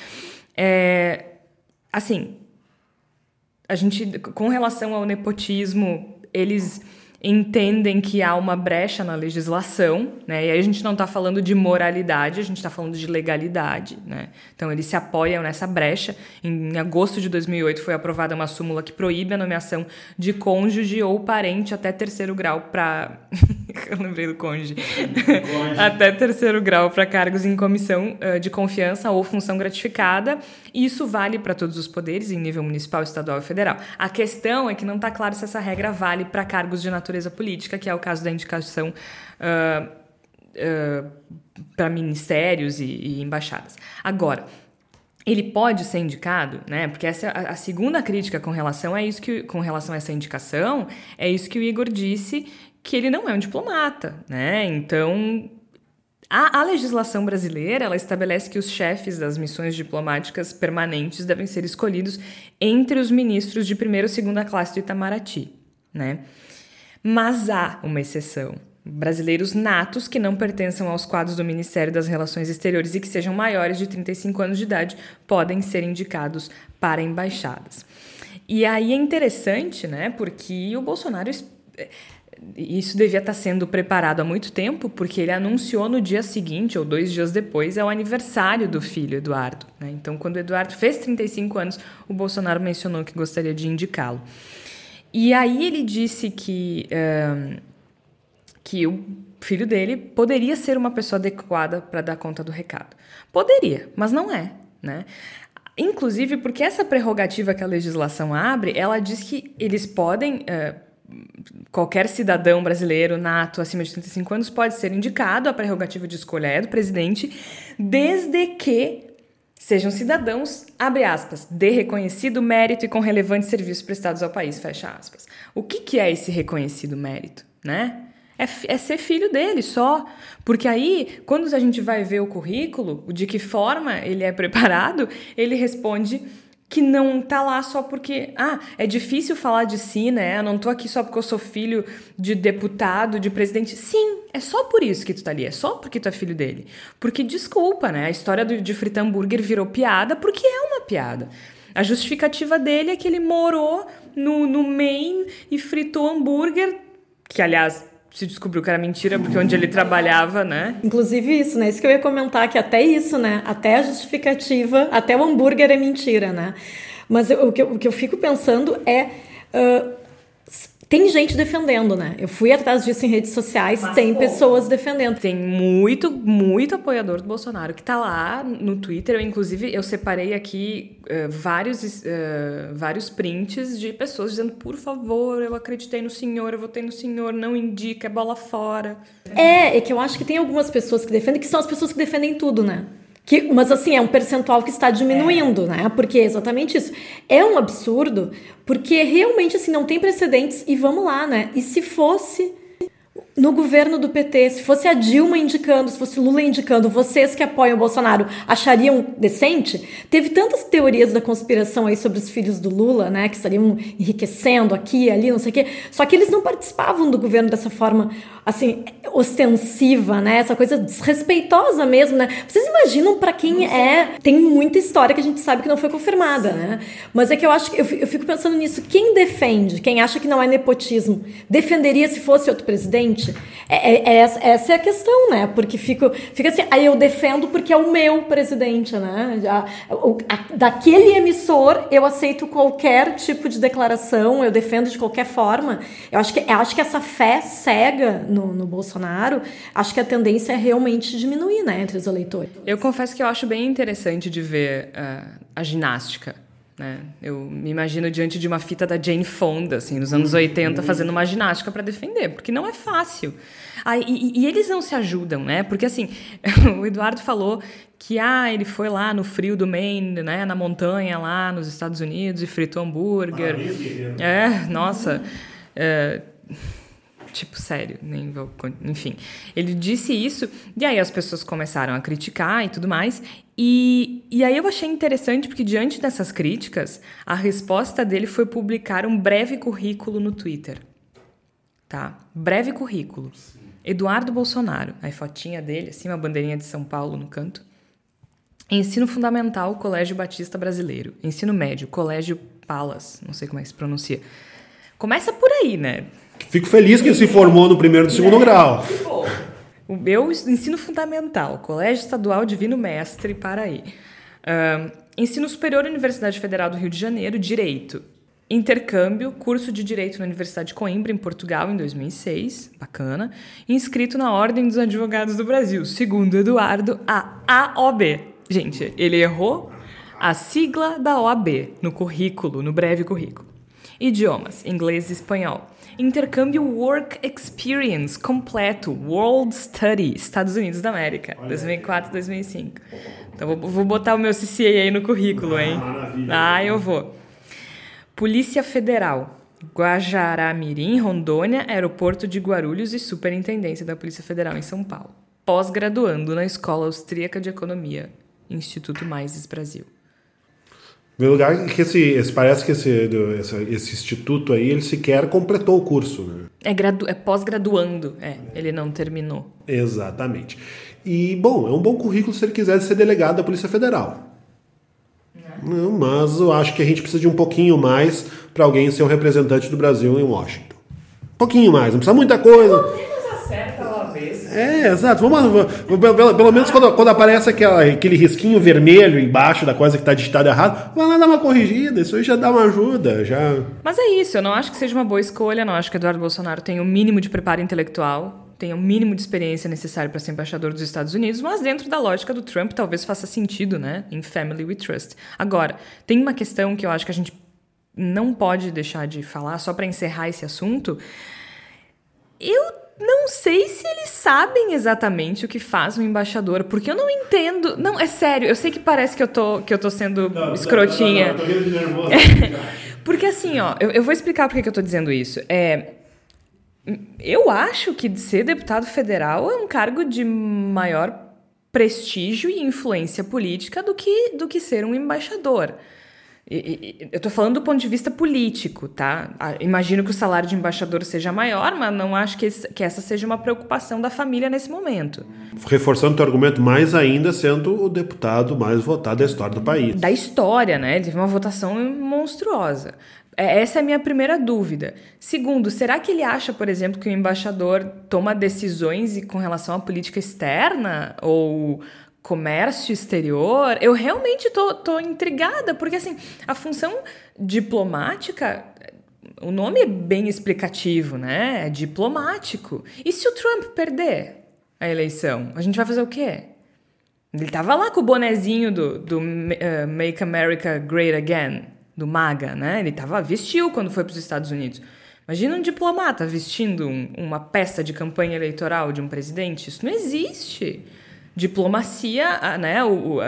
Assim, a gente, com relação ao nepotismo, eles entendem que há uma brecha na legislação, né? E aí a gente não está falando de moralidade, a gente está falando de legalidade, né? Então eles se apoiam nessa brecha. Em agosto de 2008 foi aprovada uma súmula que proíbe a nomeação de cônjuge ou parente até terceiro grau para... Eu lembrei do cônjuge. Até terceiro grau para cargos em comissão de confiança ou função gratificada. E isso vale para todos os poderes, em nível municipal, estadual e federal. A questão é que não está claro se essa regra vale para cargos de natureza política, que é o caso da indicação para ministérios e embaixadas. Agora, ele pode ser indicado, né? Porque essa é a segunda crítica com relação a essa indicação, é isso que o Igor disse, que ele não é um diplomata, né? Então, a legislação brasileira, ela estabelece que os chefes das missões diplomáticas permanentes devem ser escolhidos entre os ministros de primeira ou segunda classe do Itamaraty, né? Mas há uma exceção. Brasileiros natos que não pertençam aos quadros do Ministério das Relações Exteriores e que sejam maiores de 35 anos de idade podem ser indicados para embaixadas. E aí é interessante, né? Porque o Bolsonaro... Isso devia estar sendo preparado há muito tempo, porque ele anunciou no dia seguinte, ou 2 dias depois, é o aniversário do filho, Eduardo, né? Então, quando o Eduardo fez 35 anos, o Bolsonaro mencionou que gostaria de indicá-lo. E aí ele disse que o filho dele poderia ser uma pessoa adequada para dar conta do recado. Poderia, mas não é, né? Inclusive porque essa prerrogativa que a legislação abre, ela diz que eles podem... qualquer cidadão brasileiro nato acima de 35 anos pode ser indicado, a prerrogativa de escolha é do presidente, desde que sejam cidadãos, abre aspas, de reconhecido mérito e com relevantes serviços prestados ao país, fecha aspas. O que é esse reconhecido mérito, né? É ser filho dele só, porque aí, quando a gente vai ver o currículo, de que forma ele é preparado, ele responde... que não tá lá só porque... é difícil falar de si, né? Eu não tô aqui só porque eu sou filho de deputado, de presidente. Sim, é só por isso que tu tá ali. É só porque tu é filho dele. Porque, desculpa, né? A história de fritar hambúrguer virou piada porque é uma piada. A justificativa dele é que ele morou no Maine e fritou hambúrguer, que, aliás... se descobriu que era mentira, porque onde ele trabalhava, né? Inclusive isso, né? Isso que eu ia comentar, que até isso, né? Até a justificativa, até o hambúrguer é mentira, né? Mas o que eu fico pensando é... tem gente defendendo, né? Eu fui atrás disso em redes sociais, tem pessoas defendendo. Tem muito, muito apoiador do Bolsonaro que tá lá no Twitter. Inclusive, eu separei aqui vários prints de pessoas dizendo, por favor, eu acreditei no senhor, eu votei no senhor, não indica, é bola fora. É que eu acho que tem algumas pessoas que defendem, que são as pessoas que defendem tudo, né? Mas, assim, é um percentual que está diminuindo, né? Porque é exatamente isso. É um absurdo, porque realmente, assim, não tem precedentes. E vamos lá, né? E se fosse no governo do PT, se fosse a Dilma indicando, se fosse o Lula indicando, vocês que apoiam o Bolsonaro achariam decente? Teve tantas teorias da conspiração aí sobre os filhos do Lula, né, que estariam enriquecendo aqui e ali, não sei o quê, só que eles não participavam do governo dessa forma, assim, ostensiva, né, essa coisa desrespeitosa mesmo, né? Vocês imaginam pra quem tem muita história que a gente sabe que não foi confirmada, né? Mas é que eu acho que eu fico pensando nisso, quem defende, quem acha que não é nepotismo, defenderia se fosse outro presidente? Essa é a questão, né? Porque fica assim, aí eu defendo porque é o meu presidente, né? Daquele emissor eu aceito qualquer tipo de declaração, eu defendo de qualquer forma. Eu acho que essa fé cega no Bolsonaro, acho que a tendência é realmente diminuir, né, entre os eleitores. Eu confesso que eu acho bem interessante de ver a ginástica, né? Eu me imagino diante de uma fita da Jane Fonda, assim, nos anos 80, fazendo uma ginástica para defender, porque não é fácil. E eles não se ajudam, né? Porque, assim, o Eduardo falou que ele foi lá no frio do Maine, né, na montanha lá nos Estados Unidos e fritou hambúrguer. Nossa... Tipo, sério, nem vou... Enfim, ele disse isso, e aí as pessoas começaram a criticar e tudo mais, e aí eu achei interessante, porque diante dessas críticas, a resposta dele foi publicar um breve currículo no Twitter. Tá? Breve currículo. Eduardo Bolsonaro, aí fotinha dele, assim, uma bandeirinha de São Paulo no canto. Ensino fundamental, Colégio Batista Brasileiro. Ensino médio, Colégio Palas, não sei como é que se pronuncia. Começa por aí, né? Fico feliz que ele se formou no primeiro e no segundo grau. O meu ensino fundamental, Colégio Estadual Divino Mestre, Paraí. Ensino superior, Universidade Federal do Rio de Janeiro, Direito. Intercâmbio, curso de Direito na Universidade de Coimbra, em Portugal, em 2006. Bacana. Inscrito na Ordem dos Advogados do Brasil. Segundo Eduardo, a AOB. Gente, ele errou a sigla da OAB no currículo, no breve currículo. Idiomas, inglês e espanhol. Intercâmbio Work Experience completo, World Study, Estados Unidos da América, 2004 2005. Então vou botar o meu CCA aí no currículo, hein? Maravilha. Eu vou. Polícia Federal, Guajará-Mirim, Rondônia, Aeroporto de Guarulhos e Superintendência da Polícia Federal em São Paulo. Pós-graduando na Escola Austríaca de Economia, Instituto Mises Brasil. Meu lugar que parece que esse instituto aí, ele sequer completou o curso, né? É pós-graduando, ele não terminou. Exatamente. E, bom, é um bom currículo se ele quiser ser delegado da Polícia Federal. Não, mas eu acho que a gente precisa de um pouquinho mais para alguém ser o representante do Brasil em Washington. Um pouquinho mais, não precisa muita coisa. Exato. Pelo menos quando aparece aquele risquinho vermelho embaixo da coisa que está digitada errado, vai lá dar uma corrigida, isso aí já dá uma ajuda. Mas é isso, eu não acho que seja uma boa escolha, não acho que Eduardo Bolsonaro tenha o mínimo de preparo intelectual, tenha o mínimo de experiência necessário para ser embaixador dos Estados Unidos, mas dentro da lógica do Trump talvez faça sentido, né? In family we trust. Agora, tem uma questão que eu acho que a gente não pode deixar de falar, só para encerrar esse assunto. Eu não sei se eles sabem exatamente o que faz um embaixador, porque eu não entendo. Não, é sério, eu sei que parece que eu tô sendo escrotinha. Tô meio nervoso. Porque assim, eu vou explicar por que eu tô dizendo isso. Eu acho que ser deputado federal é um cargo de maior prestígio e influência política do que ser um embaixador. Eu tô falando do ponto de vista político, tá? Imagino que o salário de embaixador seja maior, mas não acho que essa seja uma preocupação da família nesse momento. Reforçando o teu argumento mais ainda, sendo o deputado mais votado da história do país. Da história, né? Ele teve uma votação monstruosa. Essa é a minha primeira dúvida. Segundo, será que ele acha, por exemplo, que o embaixador toma decisões com relação à política externa ou comércio exterior? Eu realmente tô intrigada, porque assim, a função diplomática, o nome é bem explicativo, né? É diplomático. E se o Trump perder a eleição, a gente vai fazer o quê? Ele tava lá com o bonezinho do Make America Great Again, do MAGA, né? Ele vestiu quando foi para os Estados Unidos. Imagina um diplomata vestindo uma peça de campanha eleitoral de um presidente. Isso não existe. Diplomacia, né?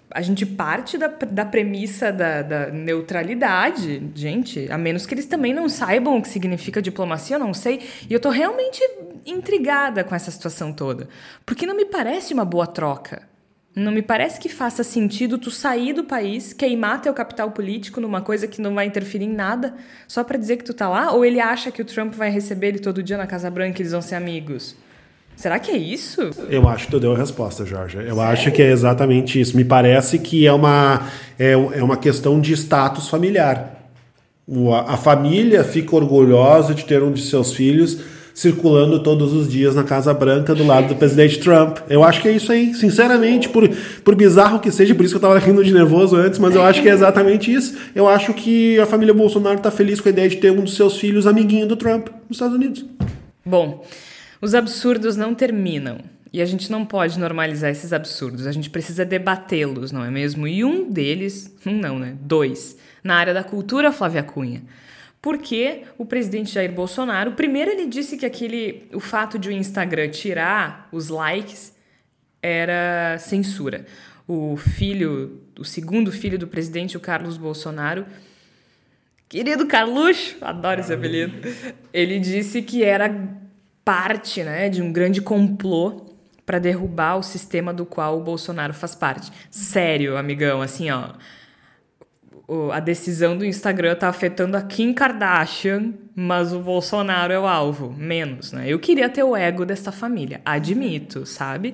A gente parte da premissa da neutralidade, gente, a menos que eles também não saibam o que significa diplomacia, eu não sei. E eu tô realmente intrigada com essa situação toda, porque não me parece uma boa troca. Não me parece que faça sentido tu sair do país, queimar teu capital político numa coisa que não vai interferir em nada, só pra dizer que tu tá lá? Ou ele acha que o Trump vai receber ele todo dia na Casa Branca e eles vão ser amigos? Será que é isso? Eu acho que tu deu a resposta, Jorge. Eu acho que é exatamente isso. Me parece que é uma questão de status familiar. A família fica orgulhosa de ter um de seus filhos circulando todos os dias na Casa Branca do lado do presidente Trump. Eu acho que é isso aí, sinceramente, por bizarro que seja, por isso que eu estava rindo de nervoso antes, mas eu acho que é exatamente isso. Eu acho que a família Bolsonaro está feliz com a ideia de ter um dos seus filhos amiguinho do Trump nos Estados Unidos. Bom, os absurdos não terminam. E a gente não pode normalizar esses absurdos. A gente precisa debatê-los, não é mesmo? E um deles, dois, na área da cultura, Flávia Cunha. Porque o presidente Jair Bolsonaro, primeiro ele disse que o fato de o Instagram tirar os likes era censura. O segundo filho do presidente, o Carlos Bolsonaro, querido Carluxo, adoro esse apelido, ele disse que era parte, né, de um grande complô para derrubar o sistema do qual o Bolsonaro faz parte. Sério, amigão, assim, ó, a decisão do Instagram tá afetando a Kim Kardashian, mas o Bolsonaro é o alvo, menos, né? Eu queria ter o ego dessa família, admito, sabe?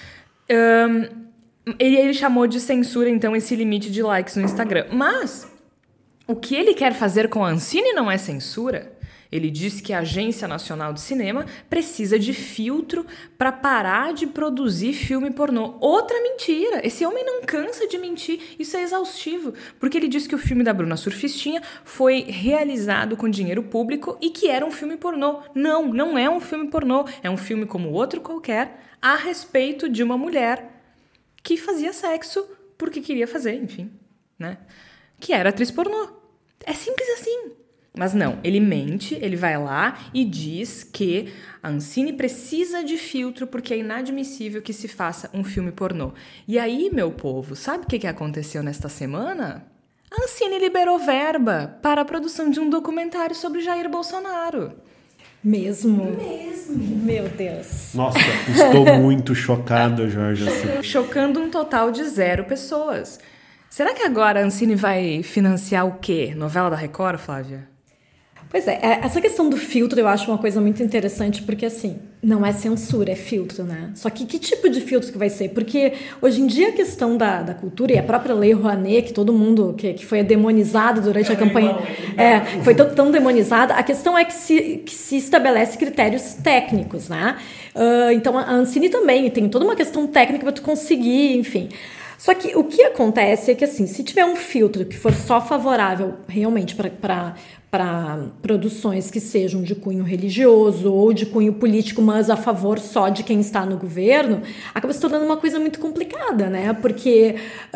Ele chamou de censura, então, esse limite de likes no Instagram. Mas o que ele quer fazer com a Ancine não é censura. Ele disse que a Agência Nacional de Cinema precisa de filtro para parar de produzir filme pornô. Outra mentira! Esse homem não cansa de mentir. Isso é exaustivo. Porque ele disse que o filme da Bruna Surfistinha foi realizado com dinheiro público e que era um filme pornô. Não, não é um filme pornô. É um filme como outro qualquer a respeito de uma mulher que fazia sexo porque queria fazer, enfim, né? Que era atriz pornô. É simples assim. Mas não, ele mente, ele vai lá e diz que a Ancine precisa de filtro porque é inadmissível que se faça um filme pornô. E aí, meu povo, sabe o que aconteceu nesta semana? A Ancine liberou verba para a produção de um documentário sobre Jair Bolsonaro. Mesmo? Meu Deus. Nossa, estou muito chocado, Jorge. Assim. Chocando um total de 0 pessoas. Será que agora a Ancine vai financiar o quê? Novela da Record, Flávia? Pois é, essa questão do filtro eu acho uma coisa muito interessante, porque assim, não é censura, é filtro, né? Só que tipo de filtro que vai ser? Porque hoje em dia a questão da cultura e a própria Lei Rouanet, que todo mundo, que foi demonizado durante a campanha, foi tão demonizada, a questão é que se estabelece critérios técnicos, né? Então a Ancine também tem toda uma questão técnica para tu conseguir, enfim. Só que o que acontece é que, assim, se tiver um filtro que for só favorável realmente para produções que sejam de cunho religioso ou de cunho político, mas a favor só de quem está no governo, acaba se tornando uma coisa muito complicada, né? Porque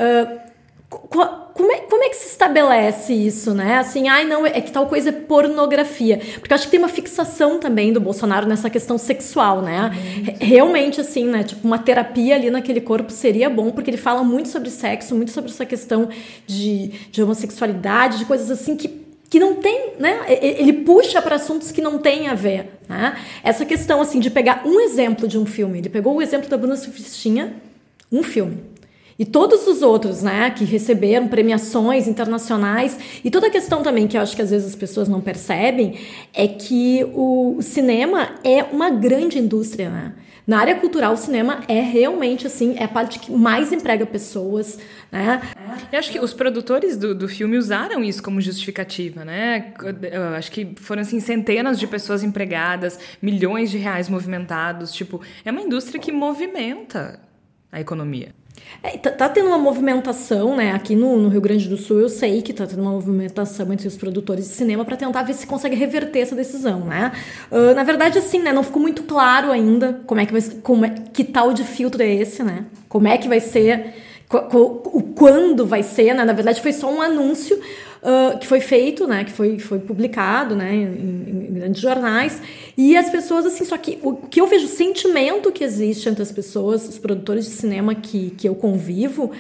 como é que se estabelece isso, né? Assim, não, é que tal coisa é pornografia. Porque eu acho que tem uma fixação também do Bolsonaro nessa questão sexual, né? Realmente, assim, né? Tipo, uma terapia ali naquele corpo seria bom, porque ele fala muito sobre sexo, muito sobre essa questão de homossexualidade, de coisas assim que não tem, né? Ele puxa para assuntos que não tem a ver, né? Essa questão, assim, de pegar um exemplo de um filme. Ele pegou o exemplo da Bruna Surfistinha, um filme. E todos os outros, né, que receberam premiações internacionais. E toda a questão também, que eu acho que às vezes as pessoas não percebem, é que o cinema é uma grande indústria, né? Na área cultural, o cinema é realmente, assim, é a parte que mais emprega pessoas, né? Eu acho que os produtores do filme usaram isso como justificativa, né? Eu acho que foram, assim, centenas de pessoas empregadas, milhões de reais movimentados. Tipo, é uma indústria que movimenta a economia. Tá tendo uma movimentação, né? Aqui no Rio Grande do Sul, eu sei que tá tendo uma movimentação entre os produtores de cinema para tentar ver se consegue reverter essa decisão, né? Na verdade, assim, né? Não ficou muito claro ainda que tal de filtro é esse, né? Como é que vai ser, quando vai ser, né? Na verdade, foi só um anúncio que foi feito, né? Que foi publicado, né? Em grandes jornais. E as pessoas, assim, só que o que eu vejo, o sentimento que existe entre as pessoas, os produtores de cinema que eu convivo,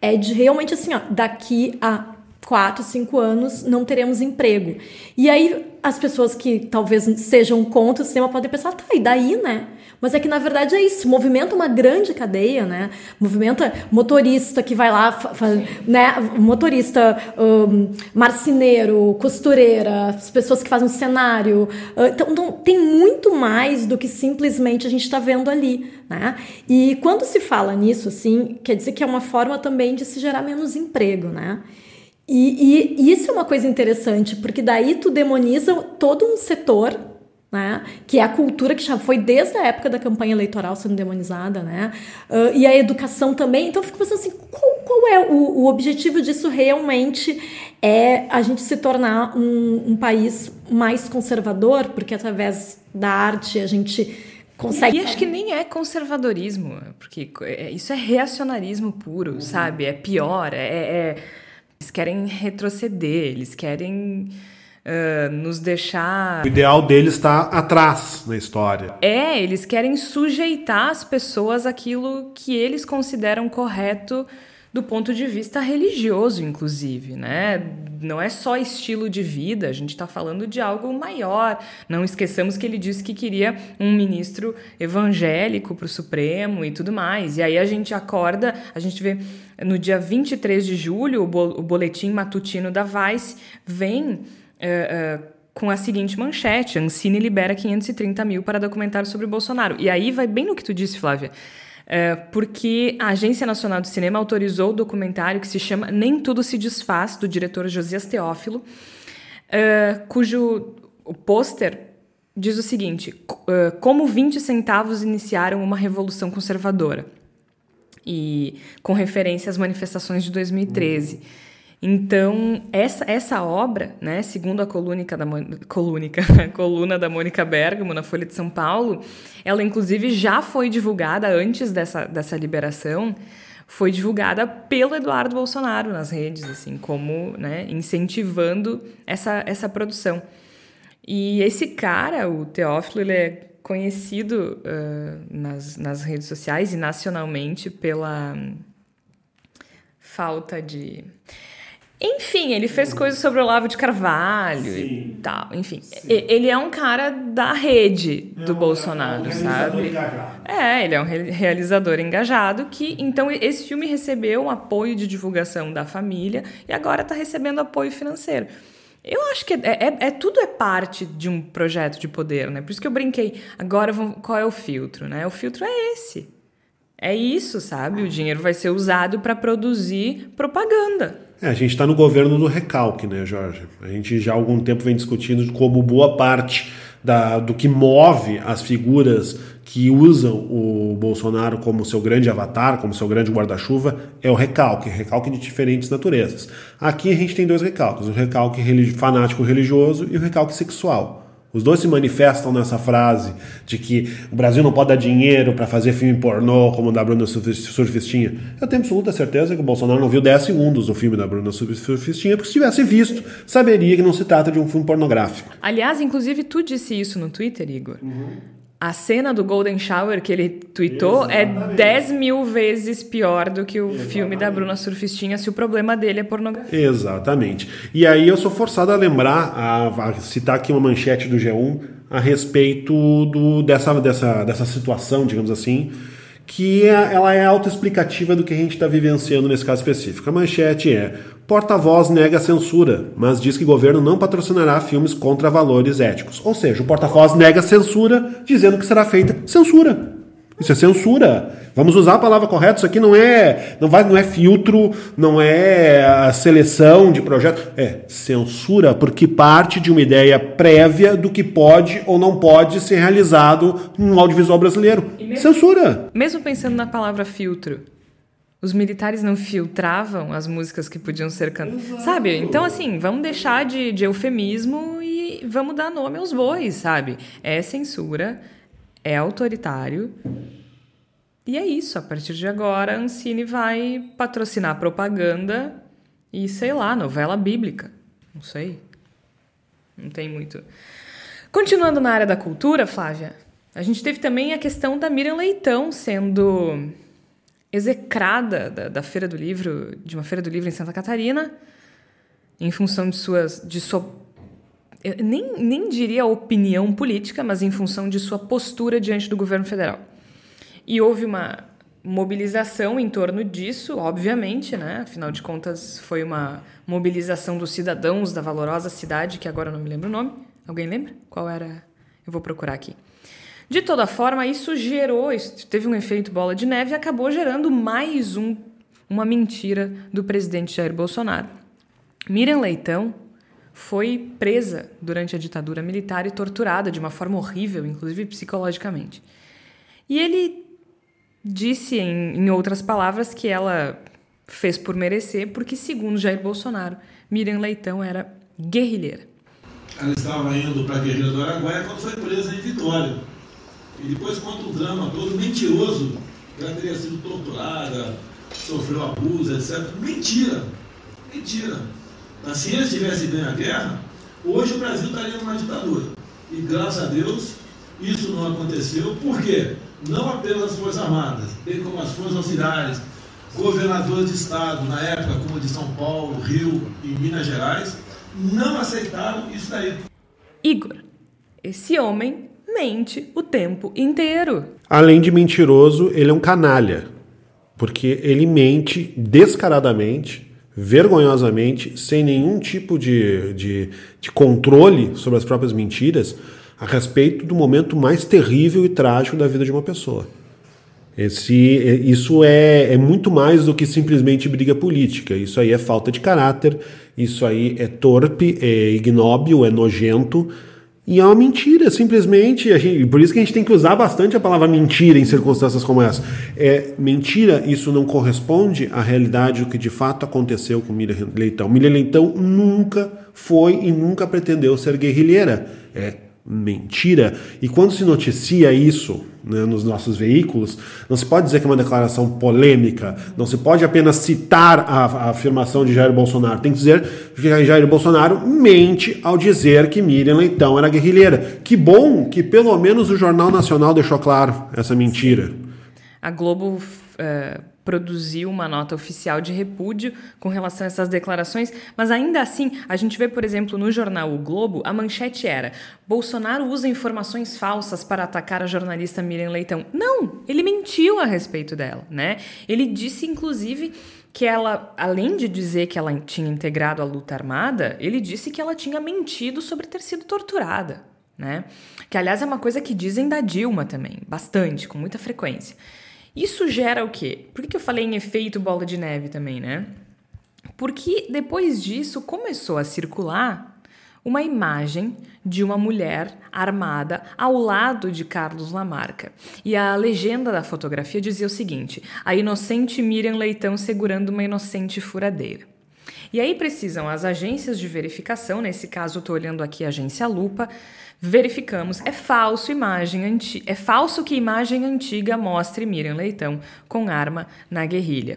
é de realmente assim, ó, daqui a 4, 5 anos não teremos emprego. E aí as pessoas que talvez sejam contra o sistema podem pensar, tá, e daí, né? Mas é que na verdade é isso, movimenta uma grande cadeia, né? Movimenta motorista que vai lá, né? Motorista, marceneiro, costureira, as pessoas que fazem cenário. Então tem muito mais do que simplesmente a gente está vendo ali, né? E quando se fala nisso, assim, quer dizer que é uma forma também de se gerar menos emprego, né? E isso é uma coisa interessante, porque daí tu demoniza todo um setor, né, que é a cultura que já foi desde a época da campanha eleitoral sendo demonizada, né, e a educação também. Então eu fico pensando assim, qual é o objetivo disso realmente? É a gente se tornar um país mais conservador, porque através da arte a gente consegue... E acho que nem é conservadorismo, porque isso é reacionarismo puro, sabe? É pior, eles querem retroceder, eles querem nos deixar... O ideal deles está atrás na história. Eles querem sujeitar as pessoas àquilo que eles consideram correto do ponto de vista religioso, inclusive, né? Não é só estilo de vida, a gente está falando de algo maior. Não esqueçamos que ele disse que queria um ministro evangélico para o Supremo e tudo mais. E aí a gente acorda, a gente vê no dia 23 de julho, o boletim matutino da Vice vem com a seguinte manchete: Ancine libera 530 mil para documentário sobre o Bolsonaro. E aí vai bem no que tu disse, Flávia. Porque a Agência Nacional do Cinema autorizou o documentário que se chama Nem Tudo Se Desfaz, do diretor Josias Teófilo, cujo o pôster diz o seguinte: como 20 centavos iniciaram uma revolução conservadora, e com referência às manifestações de 2013. Então, essa obra, né, segundo a coluna da Mônica Bergamo, na Folha de São Paulo, ela inclusive já foi divulgada antes dessa liberação, foi divulgada pelo Eduardo Bolsonaro nas redes, assim, como, né, incentivando essa produção. E esse cara, o Teófilo, ele é conhecido nas redes sociais e nacionalmente pela falta de... Enfim, ele fez coisas sobre o Olavo de Carvalho e tal. Enfim, ele é um cara da rede do Bolsonaro, sabe? Engajado. Ele é um realizador engajado que... Então, esse filme recebeu um apoio de divulgação da família e agora está recebendo apoio financeiro. Eu acho que tudo é parte de um projeto de poder, né? Por isso que eu brinquei. Agora, qual é o filtro, né? O filtro é esse. É isso, sabe? O dinheiro vai ser usado para produzir propaganda. A gente está no governo do recalque, né, Jorge? A gente já há algum tempo vem discutindo como boa parte do que move as figuras que usam o Bolsonaro como seu grande avatar, como seu grande guarda-chuva, é o recalque de diferentes naturezas. Aqui a gente tem dois recalques, o recalque fanático religioso e o recalque sexual. Os dois se manifestam nessa frase de que o Brasil não pode dar dinheiro para fazer filme pornô como o da Bruna Surfistinha. Eu tenho absoluta certeza que o Bolsonaro não viu 10 segundos do filme da Bruna Surfistinha, porque se tivesse visto, saberia que não se trata de um filme pornográfico. Aliás, inclusive, tu disse isso no Twitter, Igor. A cena do Golden Shower que ele tweetou é 10 mil vezes pior do que o filme da Bruna Surfistinha, se o problema dele é pornografia. Exatamente. E aí eu sou forçado a lembrar, a citar aqui uma manchete do G1 a respeito dessa situação, digamos assim, que ela é autoexplicativa do que a gente está vivenciando nesse caso específico. A manchete é: porta-voz nega censura, mas diz que o governo não patrocinará filmes contra valores éticos. Ou seja, o porta-voz nega censura, dizendo que será feita censura. Isso é censura. Vamos usar a palavra correta. Isso aqui não é filtro, não é a seleção de projeto. É censura, porque parte de uma ideia prévia do que pode ou não pode ser realizado no audiovisual brasileiro. Censura. Mesmo pensando na palavra filtro, os militares não filtravam as músicas que podiam ser cantadas, sabe? Então, assim, vamos deixar de eufemismo e vamos dar nome aos bois, sabe? É censura, é autoritário. E é isso, a partir de agora a Ancine vai patrocinar propaganda e, sei lá, novela bíblica. Não sei. Não tem muito. Continuando na área da cultura, Flávia, a gente teve também a questão da Miriam Leitão sendo execrada da Feira do Livro, de uma Feira do Livro em Santa Catarina, em função de sua eu nem diria opinião política, mas em função de sua postura diante do governo federal. E houve uma mobilização em torno disso, obviamente, né? Afinal de contas, foi uma mobilização dos cidadãos da valorosa cidade, que agora eu não me lembro o nome. Alguém lembra? Qual era? Eu vou procurar aqui. De toda forma, isso teve um efeito bola de neve e acabou gerando mais uma mentira do presidente Jair Bolsonaro. Miriam Leitão foi presa durante a ditadura militar e torturada de uma forma horrível, inclusive psicologicamente. E ele disse, em outras palavras, que ela fez por merecer, porque, segundo Jair Bolsonaro, Miriam Leitão era guerrilheira. Ela estava indo para a guerrilha do Araguaia quando foi presa em Vitória. E depois conta o drama todo mentiroso, que ela teria sido torturada, sofreu abuso, etc. Mentira! Mas se eles tivessem ganho a guerra, hoje o Brasil estaria numa ditadura. E graças a Deus, isso não aconteceu. Por quê? Não apenas as Forças Armadas, bem como as Forças Auxiliares, governadores de estado, na época como de São Paulo, Rio e Minas Gerais, não aceitaram isso daí. Igor, esse homem mente o tempo inteiro. Além de mentiroso, ele é um canalha. Porque ele mente descaradamente, vergonhosamente, sem nenhum tipo de controle sobre as próprias mentiras, a respeito do momento mais terrível e trágico da vida de uma pessoa. Isso é muito mais do que simplesmente briga política. Isso aí é falta de caráter, isso aí é torpe, é ignóbil, é nojento. E é uma mentira, simplesmente. Por isso que a gente tem que usar bastante a palavra mentira em circunstâncias como essa. É mentira, isso não corresponde à realidade do que de fato aconteceu com Miriam Leitão. Miriam Leitão nunca foi e nunca pretendeu ser guerrilheira. É mentira. E quando se noticia isso, né, nos nossos veículos, não se pode dizer que é uma declaração polêmica, não se pode apenas citar a afirmação de Jair Bolsonaro, tem que dizer que Jair Bolsonaro mente ao dizer que Miriam Leitão era guerrilheira. Que bom que pelo menos o Jornal Nacional deixou claro essa mentira. A Globo produziu uma nota oficial de repúdio com relação a essas declarações, mas ainda assim, a gente vê, por exemplo, no jornal O Globo, a manchete era: Bolsonaro usa informações falsas para atacar a jornalista Miriam Leitão. Não, ele mentiu a respeito dela, né? Ele disse, inclusive, que ela, além de dizer que ela tinha integrado a luta armada, ele disse que ela tinha mentido sobre ter sido torturada, né? Que, aliás, é uma coisa que dizem da Dilma também, bastante, com muita frequência. Isso gera o quê? Por que eu falei em efeito bola de neve também, né? Porque depois disso começou a circular uma imagem de uma mulher armada ao lado de Carlos Lamarca. E a legenda da fotografia dizia o seguinte: a inocente Miriam Leitão segurando uma inocente furadeira. E aí precisam as agências de verificação, nesse caso eu estou olhando aqui a agência Lupa, verificamos, é falso que imagem antiga mostre Miriam Leitão com arma na guerrilha.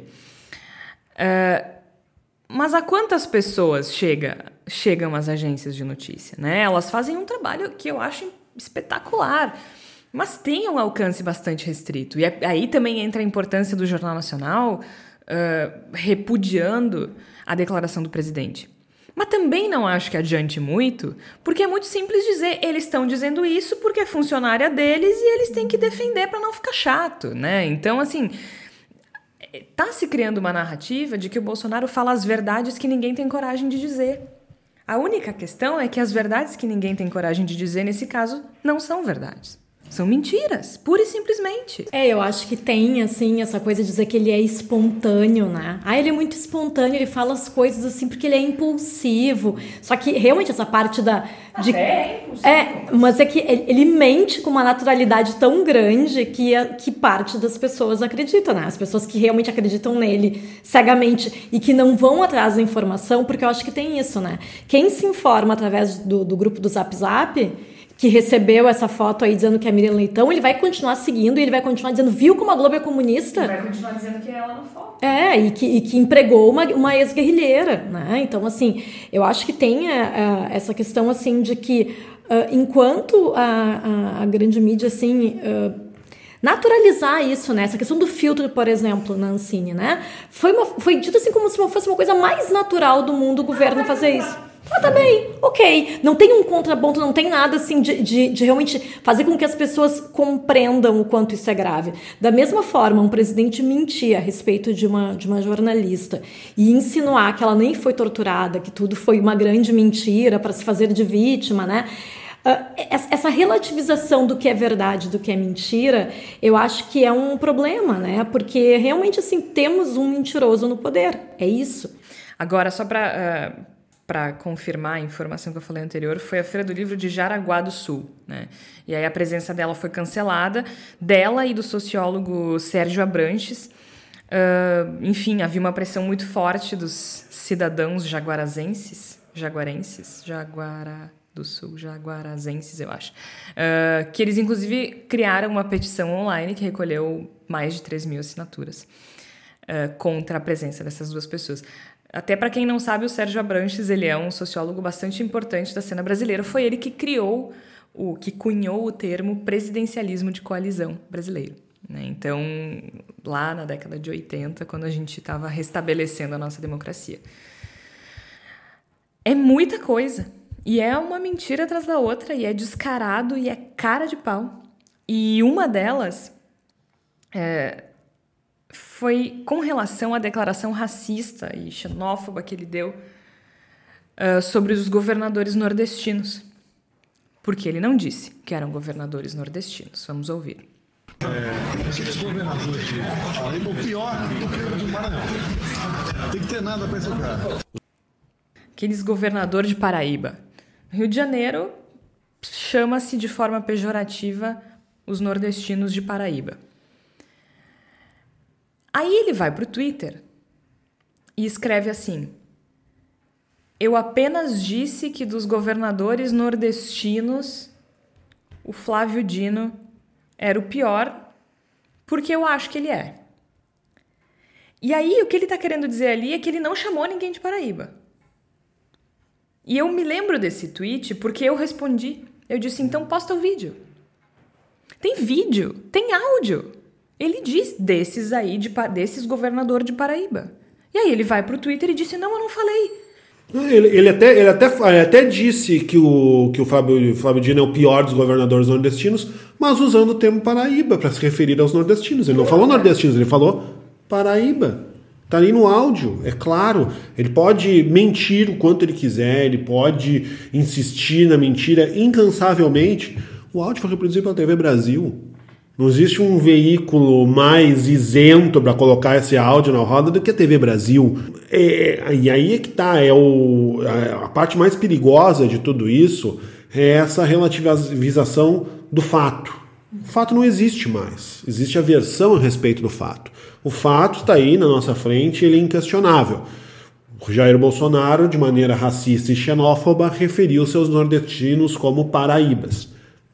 Mas a quantas pessoas chegam as agências de notícia, né? Elas fazem um trabalho que eu acho espetacular, mas tem um alcance bastante restrito. E aí também entra a importância do Jornal Nacional repudiando a declaração do presidente. Mas também não acho que adiante muito, porque é muito simples dizer, eles estão dizendo isso porque é funcionária deles e eles têm que defender para não ficar chato, né? Então, assim, tá se criando uma narrativa de que o Bolsonaro fala as verdades que ninguém tem coragem de dizer. A única questão é que as verdades que ninguém tem coragem de dizer, nesse caso, não são verdades. São mentiras, pura e simplesmente. Eu acho que tem, assim, essa coisa de dizer que ele é espontâneo, né? Ele é muito espontâneo, ele fala as coisas assim porque ele é impulsivo. Só que, realmente, essa parte é impulsivo. Mas é que ele mente com uma naturalidade tão grande que parte das pessoas acreditam, né? As pessoas que realmente acreditam nele cegamente e que não vão atrás da informação, porque eu acho que tem isso, né? Quem se informa através do grupo do Zap Zap, que recebeu essa foto aí dizendo que é Miriam Leitão, ele vai continuar seguindo e ele vai continuar dizendo, viu como a Globo é comunista? Vai continuar dizendo que é ela na foto. E que empregou uma ex-guerrilheira, né? Então, assim, eu acho que tem essa questão, assim, de que enquanto a grande mídia, assim, naturalizar isso, né? Essa questão do filtro, por exemplo, na Ancine, né? Foi dito assim como se fosse uma coisa mais natural do mundo o governo fazer isso. Tá bem, ok. Não tem um contraponto, não tem nada assim de realmente fazer com que as pessoas compreendam o quanto isso é grave. Da mesma forma, um presidente mentir a respeito de uma jornalista e insinuar que ela nem foi torturada, que tudo foi uma grande mentira para se fazer de vítima, né? Essa relativização do que é verdade, do que é mentira, eu acho que é um problema, né? Porque realmente assim temos um mentiroso no poder. É isso. Agora, só para confirmar a informação que eu falei anterior, foi a Feira do Livro de Jaraguá do Sul, né? E aí a presença dela foi cancelada, dela e do sociólogo Sérgio Abranches. Enfim, havia uma pressão muito forte dos cidadãos jaguarazenses, eu acho, que eles inclusive criaram uma petição online que recolheu mais de 3 mil assinaturas contra a presença dessas duas pessoas. Até para quem não sabe, o Sérgio Abranches, ele é um sociólogo bastante importante da cena brasileira. Foi ele que cunhou o termo presidencialismo de coalizão brasileiro, né? Então, lá na década de 80, quando a gente estava restabelecendo a nossa democracia. É muita coisa. E é uma mentira atrás da outra, e é descarado, e é cara de pau. E uma delas foi com relação à declaração racista e xenófoba que ele deu sobre os governadores nordestinos. Porque ele não disse que eram governadores nordestinos. Vamos ouvir. Aqueles governadores de Paraíba, o pior do que o do Maranhão. Tem que ter nada para esse cara. Aqueles governadores de Paraíba. Rio de Janeiro chama-se de forma pejorativa os nordestinos de Paraíba. Aí ele vai para o Twitter e escreve assim: eu apenas disse que dos governadores nordestinos o Flávio Dino era o pior porque eu acho que ele é. E aí o que ele está querendo dizer ali é que ele não chamou ninguém de Paraíba. E eu me lembro desse tweet porque eu respondi. Eu disse, então posta o vídeo. Tem vídeo, tem áudio. Ele diz desses governadores de Paraíba. E aí ele vai pro Twitter e disse, não, eu não falei. Ele até disse que o Flávio Dino é o pior dos governadores nordestinos, mas usando o termo Paraíba para se referir aos nordestinos. Ele não falou nordestinos, ele falou Paraíba. Tá ali no áudio, é claro. Ele pode mentir o quanto ele quiser, ele pode insistir na mentira incansavelmente. O áudio foi reproduzido pela TV Brasil. Não existe um veículo mais isento para colocar esse áudio na roda do que a TV Brasil. E aí é que tá, a parte mais perigosa de tudo isso é essa relativização do fato. O fato não existe mais, existe a versão a respeito do fato. O fato está aí na nossa frente, ele é inquestionável. O Jair Bolsonaro, de maneira racista e xenófoba, referiu seus nordestinos como paraíbas.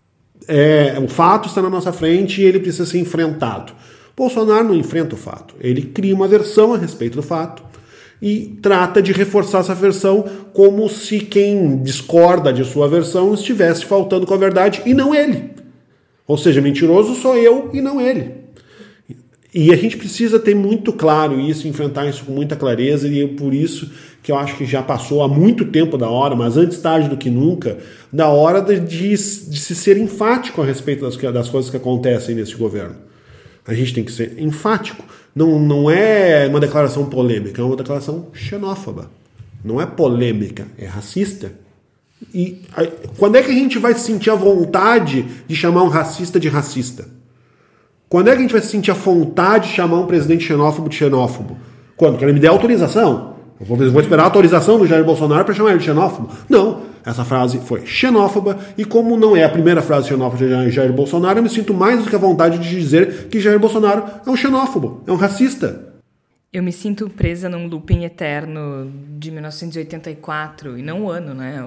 O fato está na nossa frente e ele precisa ser enfrentado. Bolsonaro não enfrenta o fato, ele cria uma versão a respeito do fato e trata de reforçar essa versão como se quem discorda de sua versão estivesse faltando com a verdade e não ele. Ou seja, mentiroso sou eu e não ele. E a gente precisa ter muito claro isso, enfrentar isso com muita clareza, e é por isso que eu acho que já passou há muito tempo da hora, mas antes tarde do que nunca, da hora de se ser enfático a respeito das coisas que acontecem nesse governo. A gente tem que ser enfático. Não é uma declaração polêmica, é uma declaração xenófoba. Não é polêmica, é racista. E quando é que a gente vai sentir a vontade de chamar um racista de racista? Quando é que a gente vai sentir a vontade de chamar um presidente xenófobo de xenófobo? Quando? Quando ele me der autorização? Eu vou esperar a autorização do Jair Bolsonaro para chamar ele de xenófobo? Não. Essa frase foi xenófoba, e como não é a primeira frase xenófoba de Jair Bolsonaro, eu me sinto mais do que a vontade de dizer que Jair Bolsonaro é um xenófobo, é um racista. Eu me sinto presa num looping eterno de 1984, e não o ano, né?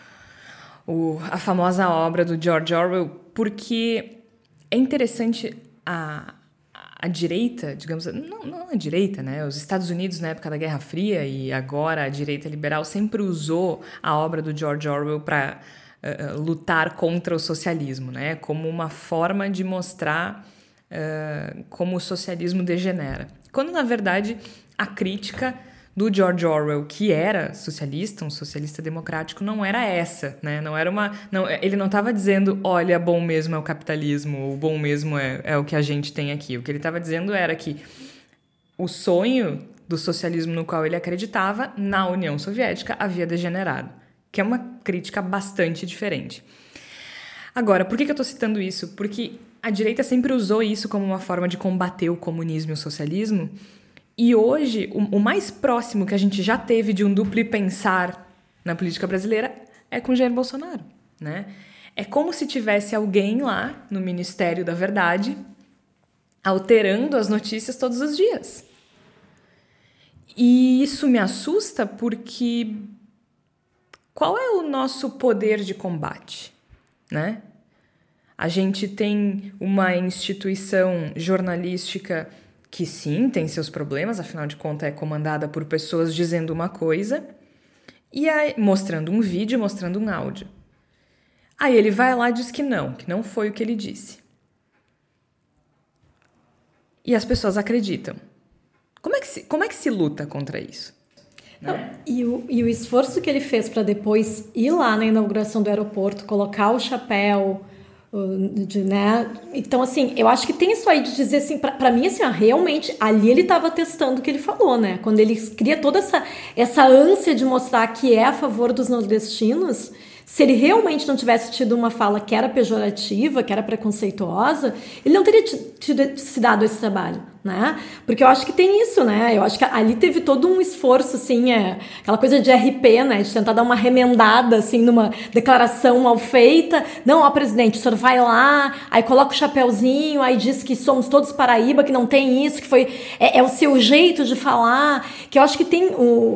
A famosa obra do George Orwell, porque é interessante a direita, digamos, não a direita, né? Os Estados Unidos na época da Guerra Fria e agora a direita liberal sempre usou a obra do George Orwell para lutar contra o socialismo, né? Como uma forma de mostrar como o socialismo degenera. Quando, na verdade, a crítica do George Orwell, que era socialista, um socialista democrático, não era essa, né? Ele não estava dizendo, olha, bom mesmo é o capitalismo, o bom mesmo é o que a gente tem aqui. O que ele estava dizendo era que o sonho do socialismo no qual ele acreditava, na União Soviética, havia degenerado, que é uma crítica bastante diferente. Agora, por que eu estou citando isso? Porque a direita sempre usou isso como uma forma de combater o comunismo e o socialismo, e hoje, o mais próximo que a gente já teve de um duplo pensar na política brasileira é com Jair Bolsonaro, né? É como se tivesse alguém lá no Ministério da Verdade alterando as notícias todos os dias. E isso me assusta porque qual é o nosso poder de combate, né? A gente tem uma instituição jornalística que sim, tem seus problemas, afinal de contas é comandada por pessoas dizendo uma coisa e aí, mostrando um vídeo, mostrando um áudio. Aí ele vai lá e diz que não foi o que ele disse. E as pessoas acreditam. Como é que se luta contra isso? Né? E o esforço que ele fez para depois ir lá na inauguração do aeroporto, colocar o chapéu... né? Então, assim, eu acho que tem isso aí de dizer assim, pra mim, assim, realmente, ali ele tava testando o que ele falou, né? Quando ele cria toda essa ânsia de mostrar que é a favor dos nordestinos, se ele realmente não tivesse tido uma fala que era pejorativa, que era preconceituosa, ele não teria se dado esse trabalho, né? Porque eu acho que tem isso, né? Eu acho que ali teve todo um esforço, assim, aquela coisa de RP, né? De tentar dar uma remendada, assim, numa declaração mal feita. Não, ó, presidente, o senhor vai lá, aí coloca o chapéuzinho, aí diz que somos todos Paraíba, que não tem isso, que foi... É o seu jeito de falar, que eu acho que tem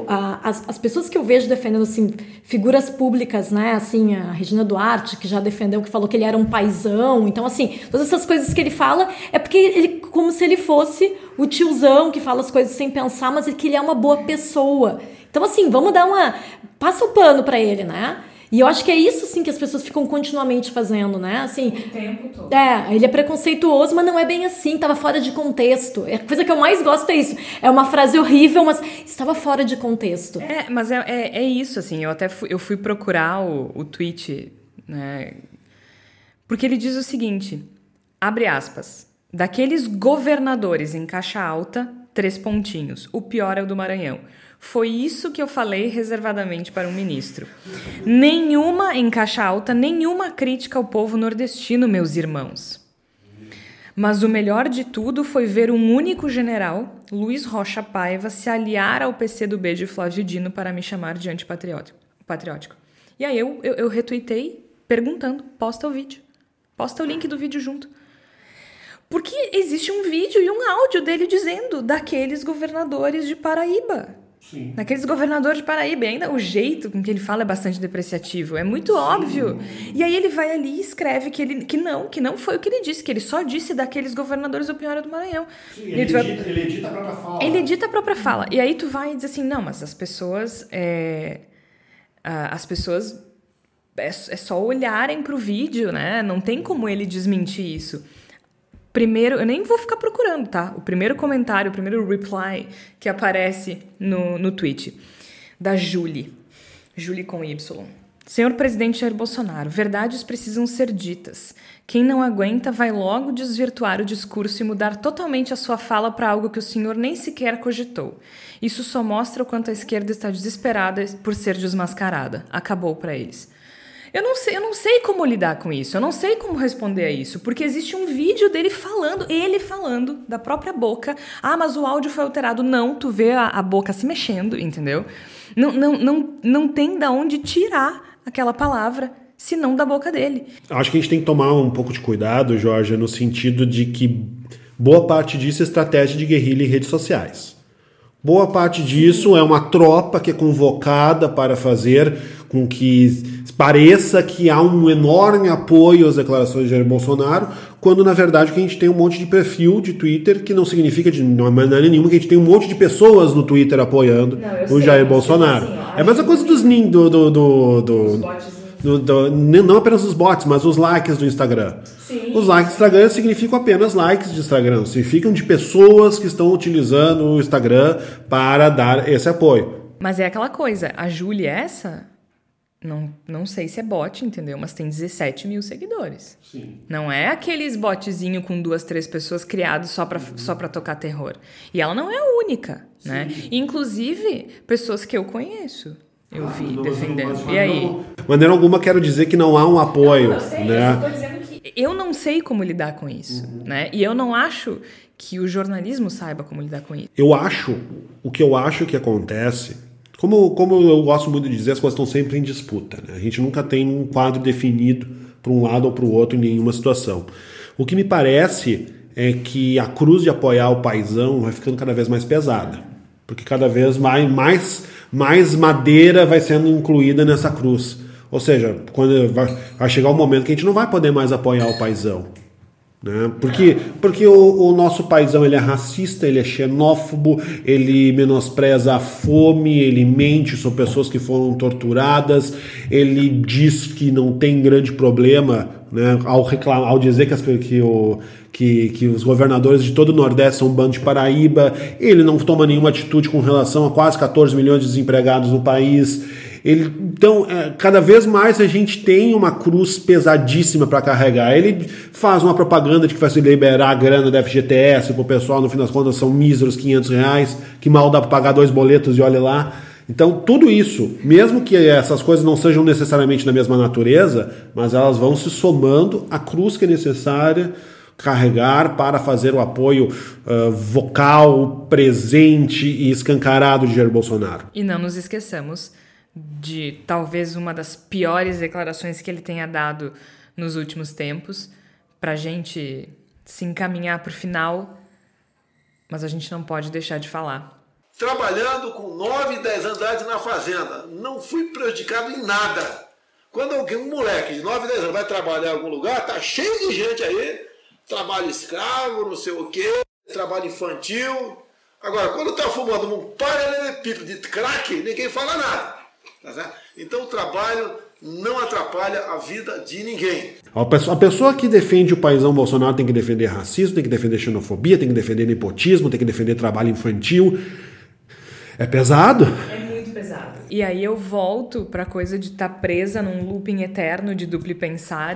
as pessoas que eu vejo defendendo, assim, figuras públicas, né? Assim, a Regina Duarte, que já defendeu, que falou que ele era um paizão. Então, assim, todas essas coisas que ele fala é porque ele, como se ele fosse o tiozão que fala as coisas sem pensar, mas que ele é uma boa pessoa. Então, assim, vamos dar passa o pano pra ele, né? E eu acho que é isso, sim, que as pessoas ficam continuamente fazendo, né? Assim, o tempo todo. Ele é preconceituoso, mas não é bem assim, estava fora de contexto. A coisa que eu mais gosto é isso. É uma frase horrível, mas estava fora de contexto. Mas é isso, assim, eu fui procurar o tweet, né? Porque ele diz o seguinte, abre aspas, daqueles governadores em caixa alta, 3 pontinhos, o pior é o do Maranhão. Foi isso que eu falei reservadamente para um ministro. Nenhuma, em caixa alta, nenhuma crítica ao povo nordestino, meus irmãos. Mas o melhor de tudo foi ver um único general, Luiz Rocha Paiva, se aliar ao PCdoB de Flávio Dino para me chamar de antipatriótico. E aí eu retuitei perguntando, posta o vídeo. Posta o link do vídeo junto. Porque existe um vídeo e um áudio dele dizendo daqueles governadores de Paraíba. Sim. Daqueles governadores de Paraíba. E ainda o jeito com que ele fala é bastante depreciativo. É muito óbvio. E aí ele vai ali e escreve que não foi o que ele disse, que ele só disse daqueles governadores o pior é do Maranhão. Sim, ele edita a própria fala. Ele edita a própria fala. E aí tu vai e diz assim, não, mas as pessoas... É só olharem pro vídeo, né? Não tem como ele desmentir isso. Primeiro, eu nem vou ficar procurando, tá? O primeiro comentário, o primeiro reply que aparece no tweet da Julie com Y. Senhor presidente Jair Bolsonaro, verdades precisam ser ditas. Quem não aguenta vai logo desvirtuar o discurso e mudar totalmente a sua fala para algo que o senhor nem sequer cogitou. Isso só mostra o quanto a esquerda está desesperada por ser desmascarada. Acabou para eles. Eu não sei como lidar com isso, eu não sei como responder a isso, porque existe um vídeo dele falando da própria boca. Ah, mas o áudio foi alterado. Não, tu vê a boca se mexendo, entendeu? Não tem de onde tirar aquela palavra, senão da boca dele. Acho que a gente tem que tomar um pouco de cuidado, Jorge, no sentido de que boa parte disso é estratégia de guerrilha em redes sociais. Boa parte disso é uma tropa que é convocada para fazer com que pareça que há um enorme apoio às declarações de Jair Bolsonaro, quando na verdade que a gente tem um monte de perfil de Twitter, que não significa de maneira nenhuma que a gente tem um monte de pessoas no Twitter apoiando o Jair Bolsonaro. Assim, é a mesma coisa dos não apenas os bots, mas os likes do Instagram. Sim. Os likes do Instagram significam apenas likes de Instagram, significam de pessoas que estão utilizando o Instagram para dar esse apoio. Mas é aquela coisa, a Júlia essa, não sei se é bot, entendeu? Mas tem 17 mil seguidores. Sim. Não é aqueles botzinho com 2, 3 pessoas criados só pra tocar terror. E ela não é a única, né? Inclusive, pessoas que eu conheço, eu vi defendendo. E aí? De maneira alguma quero dizer que não há um apoio. Não, eu sei, né? eu tô dizendo que eu não sei como lidar com isso, né? E eu não acho que o jornalismo saiba como lidar com isso. O que eu acho que acontece... Como eu gosto muito de dizer, as coisas estão sempre em disputa. Né? A gente nunca tem um quadro definido para um lado ou para o outro em nenhuma situação. O que me parece é que a cruz de apoiar o paizão vai ficando cada vez mais pesada. Porque cada vez mais madeira vai sendo incluída nessa cruz. Ou seja, quando vai chegar um momento que a gente não vai poder mais apoiar o paizão. Né? Porque o nosso paizão ele é racista, ele é xenófobo, ele menospreza a fome, ele mente sobre pessoas que foram torturadas, ele diz que não tem grande problema, né? Ao dizer que os governadores de todo o Nordeste são um bando de Paraíba, ele não toma nenhuma atitude com relação a quase 14 milhões de desempregados no país. Então, cada vez mais a gente tem uma cruz pesadíssima para carregar. Ele faz uma propaganda de que vai se liberar a grana da FGTS para o pessoal, no fim das contas são míseros R$500, que mal dá para pagar 2 boletos e olha lá. Então, tudo isso, mesmo que essas coisas não sejam necessariamente da mesma natureza, mas elas vão se somando à cruz que é necessária carregar para fazer o apoio vocal, presente e escancarado de Jair Bolsonaro. E não nos esqueçamos de talvez uma das piores declarações que ele tenha dado nos últimos tempos, pra gente se encaminhar pro final, mas a gente não pode deixar de falar. Trabalhando com 9 e 10 anos de idade na fazenda, não fui prejudicado em nada. Quando um moleque de 9 e 10 anos vai trabalhar em algum lugar, tá cheio de gente aí, trabalho escravo, não sei o quê, trabalho infantil. Agora, quando tá fumando um paralelepípedo de crack, ninguém fala nada. Então o trabalho não atrapalha a vida de ninguém. A pessoa que defende o paizão Bolsonaro tem que defender racismo, tem que defender xenofobia, tem que defender nepotismo, tem que defender trabalho infantil. É pesado? É muito pesado. E aí eu volto pra coisa de estar presa num looping eterno de duplo pensar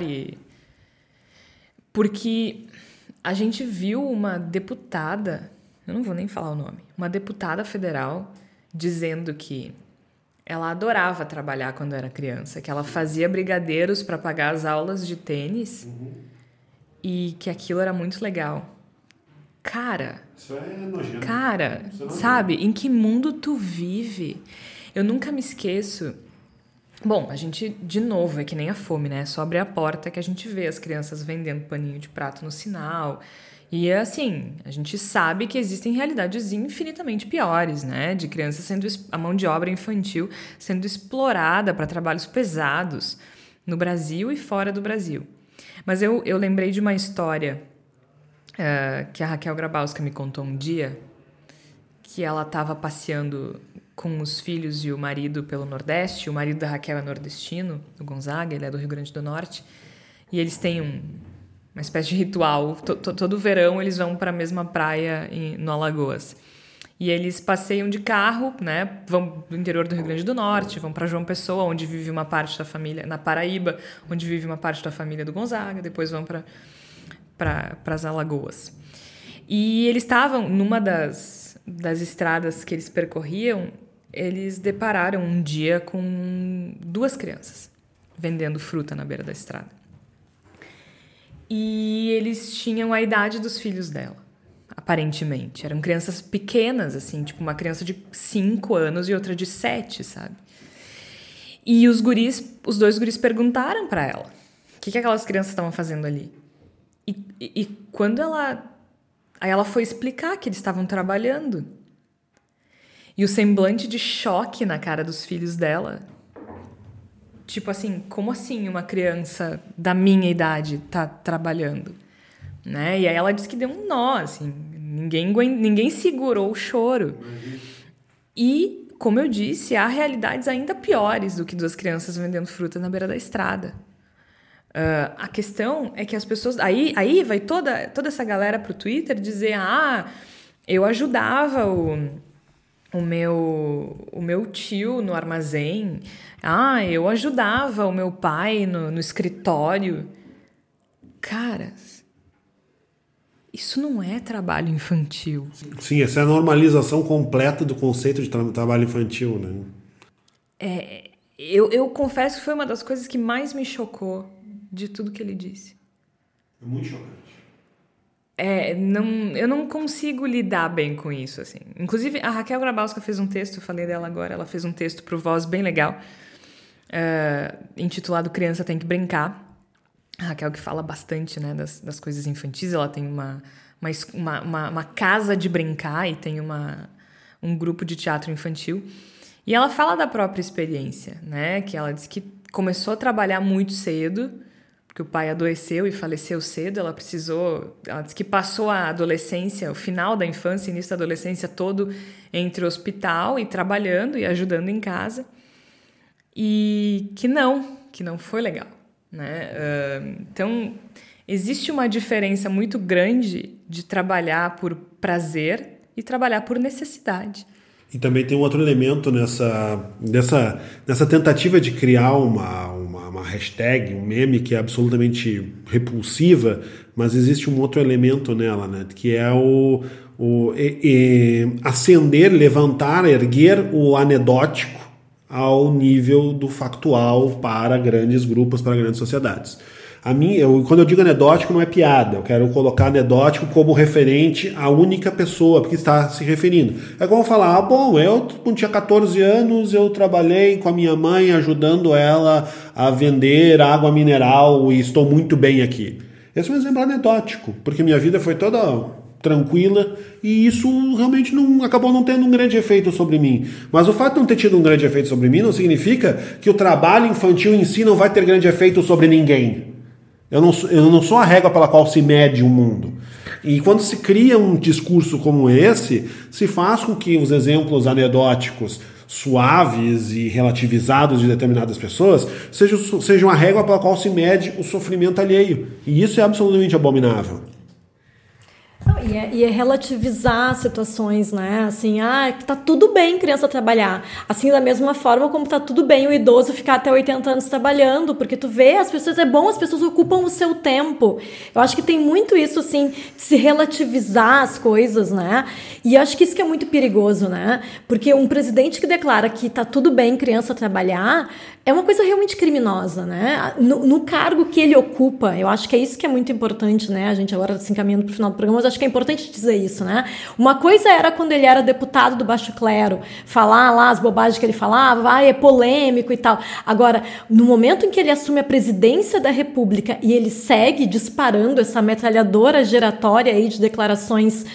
porque a gente viu uma deputada, eu não vou nem falar o nome, uma deputada federal dizendo que ela adorava trabalhar quando era criança, que ela fazia brigadeiros para pagar as aulas de tênis e que aquilo era muito legal. Cara, isso é nojento. Cara, sabe, em que mundo tu vive? Eu nunca me esqueço. Bom, a gente, de novo, é que nem a fome, né? Só abrir a porta que a gente vê as crianças vendendo paninho de prato no sinal. E, assim, a gente sabe que existem realidades infinitamente piores, né? De crianças sendo... A mão de obra infantil sendo explorada para trabalhos pesados no Brasil e fora do Brasil. Mas eu lembrei de uma história que a Raquel Grabowska me contou um dia, que ela estava passeando com os filhos e o marido pelo Nordeste. O marido da Raquel é nordestino, o Gonzaga, ele é do Rio Grande do Norte. E eles têm uma espécie de ritual. Todo verão eles vão para a mesma praia no Alagoas. E eles passeiam de carro, né? Vão do interior do Rio Grande do Norte, vão para João Pessoa, onde vive uma parte da família, na Paraíba, onde vive uma parte da família do Gonzaga, depois vão para as Alagoas. E eles estavam, numa das estradas que eles percorriam, eles depararam um dia com 2 crianças vendendo fruta na beira da estrada. E eles tinham a idade dos filhos dela, aparentemente. Eram crianças pequenas, assim, tipo uma criança de 5 anos e outra de 7, sabe? E os 2 guris perguntaram para ela o que aquelas crianças estavam fazendo ali. E quando aí ela foi explicar que eles estavam trabalhando. E o semblante de choque na cara dos filhos dela. Tipo assim, como assim uma criança da minha idade tá trabalhando? Né? E aí ela disse que deu um nó, assim. Ninguém segurou o choro. E como eu disse, há realidades ainda piores do que 2 crianças vendendo fruta na beira da estrada. A questão é que as pessoas... Aí vai toda essa galera pro Twitter dizer: eu ajudava o meu tio no armazém, eu ajudava o meu pai no escritório. Cara, isso não é trabalho infantil. Sim, essa é a normalização completa do conceito de trabalho infantil, né? Eu confesso que foi uma das coisas que mais me chocou de tudo que ele disse. É muito chocante. Eu não consigo lidar bem com isso, assim. Inclusive, a Raquel Grabowska fez um texto, eu falei dela agora, ela fez um texto pro Voz bem legal, intitulado Criança Tem que Brincar. A Raquel que fala bastante, né, das coisas infantis, ela tem uma casa de brincar e tem um grupo de teatro infantil. E ela fala da própria experiência, né, que ela disse que começou a trabalhar muito cedo, porque o pai adoeceu e faleceu cedo, ela disse que passou a adolescência, o final da infância, início da adolescência todo entre o hospital e trabalhando e ajudando em casa, e que não foi legal, né? Então, existe uma diferença muito grande de trabalhar por prazer e trabalhar por necessidade. E também tem um outro elemento nessa tentativa de criar uma hashtag, um meme que é absolutamente repulsiva, mas existe um outro elemento nela, né, que é acender, levantar, erguer o anedótico ao nível do factual para grandes grupos, para grandes sociedades. Quando eu digo anedótico, não é piada. Eu quero colocar anedótico como referente à única pessoa que está se referindo. É como falar, eu quando tinha 14 anos, eu trabalhei com a minha mãe, ajudando ela a vender água mineral e estou muito bem aqui. Esse é um exemplo anedótico, porque minha vida foi toda tranquila e isso realmente acabou não tendo um grande efeito sobre mim. Mas o fato de não ter tido um grande efeito sobre mim não significa que o trabalho infantil em si não vai ter grande efeito sobre ninguém. Eu não sou a régua pela qual se mede o mundo. E quando se cria um discurso como esse, se faz com que os exemplos anedóticos suaves e relativizados de determinadas pessoas sejam a régua pela qual se mede o sofrimento alheio. E isso é absolutamente abominável. E é relativizar situações, né? Assim, tá tudo bem criança trabalhar. Assim, da mesma forma como tá tudo bem o idoso ficar até 80 anos trabalhando, porque tu vê, as pessoas ocupam o seu tempo. Eu acho que tem muito isso, assim, de se relativizar as coisas, né? E acho que isso que é muito perigoso, né? Porque um presidente que declara que tá tudo bem criança trabalhar é uma coisa realmente criminosa, né? No cargo que ele ocupa, eu acho que é isso que é muito importante, né? A gente agora se encaminhando para o final do programa, mas acho que é importante dizer isso, né? Uma coisa era quando ele era deputado do baixo clero, falar lá as bobagens que ele falava, é polêmico e tal. Agora, no momento em que ele assume a presidência da República e ele segue disparando essa metralhadora giratória aí de declarações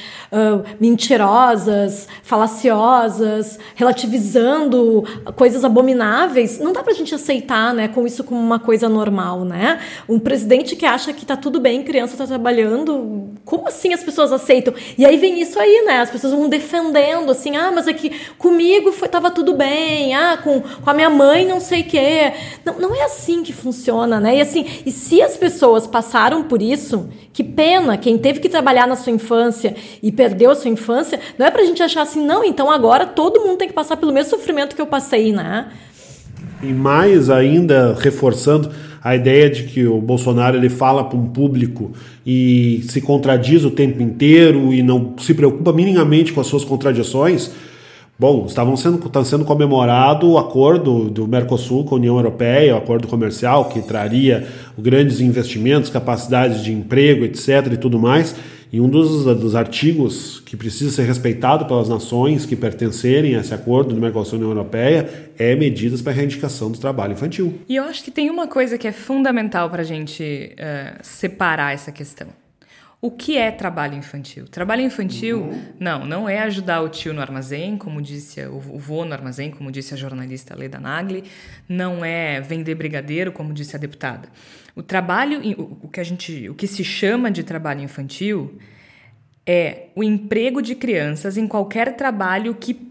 mentirosas, falaciosas, relativizando coisas abomináveis, não dá pra gente aceitar, né, com isso como uma coisa normal, né? Um presidente que acha que tá tudo bem, criança tá trabalhando, como assim as pessoas aceitam? E aí vem isso aí, né? As pessoas vão defendendo, assim, mas é que comigo tava tudo bem, com a minha mãe não sei o quê. Não é assim que funciona, né? E se as pessoas passaram por isso, que pena, quem teve que trabalhar na sua infância e perdeu a sua infância, não é pra gente achar assim, não, então agora todo mundo tem que passar pelo mesmo sofrimento que eu passei, né? E mais ainda, reforçando a ideia de que o Bolsonaro ele fala para um público e se contradiz o tempo inteiro e não se preocupa minimamente com as suas contradições. Bom, está sendo comemorado o acordo do Mercosul com a União Europeia, o acordo comercial que traria grandes investimentos, capacidades de emprego, etc. e tudo mais. E um dos artigos que precisa ser respeitado pelas nações que pertencerem a esse acordo do Mercosul e União Europeia é medidas para a erradicação do trabalho infantil. E eu acho que tem uma coisa que é fundamental para a gente separar essa questão. O que é trabalho infantil? Trabalho infantil, não é ajudar o tio no armazém, como disse o vô no armazém, como disse a jornalista Leda Nagli, não é vender brigadeiro, como disse a deputada. O trabalho, o que se chama de trabalho infantil é o emprego de crianças em qualquer trabalho que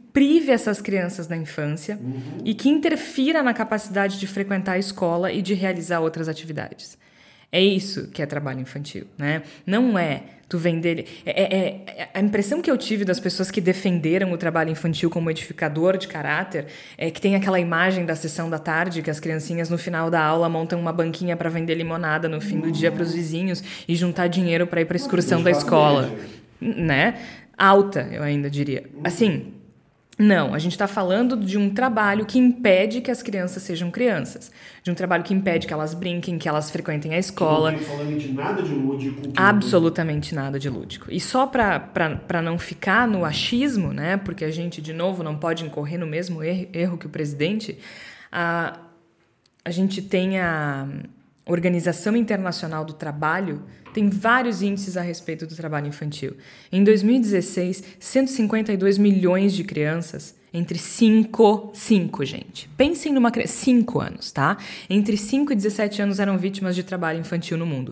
prive essas crianças da infância e que interfira na capacidade de frequentar a escola e de realizar outras atividades. É isso que é trabalho infantil, né? Não é tu vender... a impressão que eu tive das pessoas que defenderam o trabalho infantil como edificador de caráter é que tem aquela imagem da sessão da tarde que as criancinhas no final da aula montam uma banquinha para vender limonada no fim do dia para os vizinhos e juntar dinheiro para ir para a excursão da escola, né? Alta, eu ainda diria. Assim... Não, a gente está falando de um trabalho que impede que as crianças sejam crianças. De um trabalho que impede que elas brinquem, que elas frequentem a escola. Não falando de nada de lúdico. Absolutamente nada de lúdico. E só para não ficar no achismo, né? Porque a gente, de novo, não pode incorrer no mesmo erro que o presidente, a gente tem a Organização Internacional do Trabalho, tem vários índices a respeito do trabalho infantil. Em 2016, 152 milhões de crianças, entre 5, gente. Pensem numa criança, 5 anos, tá? Entre 5 e 17 anos eram vítimas de trabalho infantil no mundo.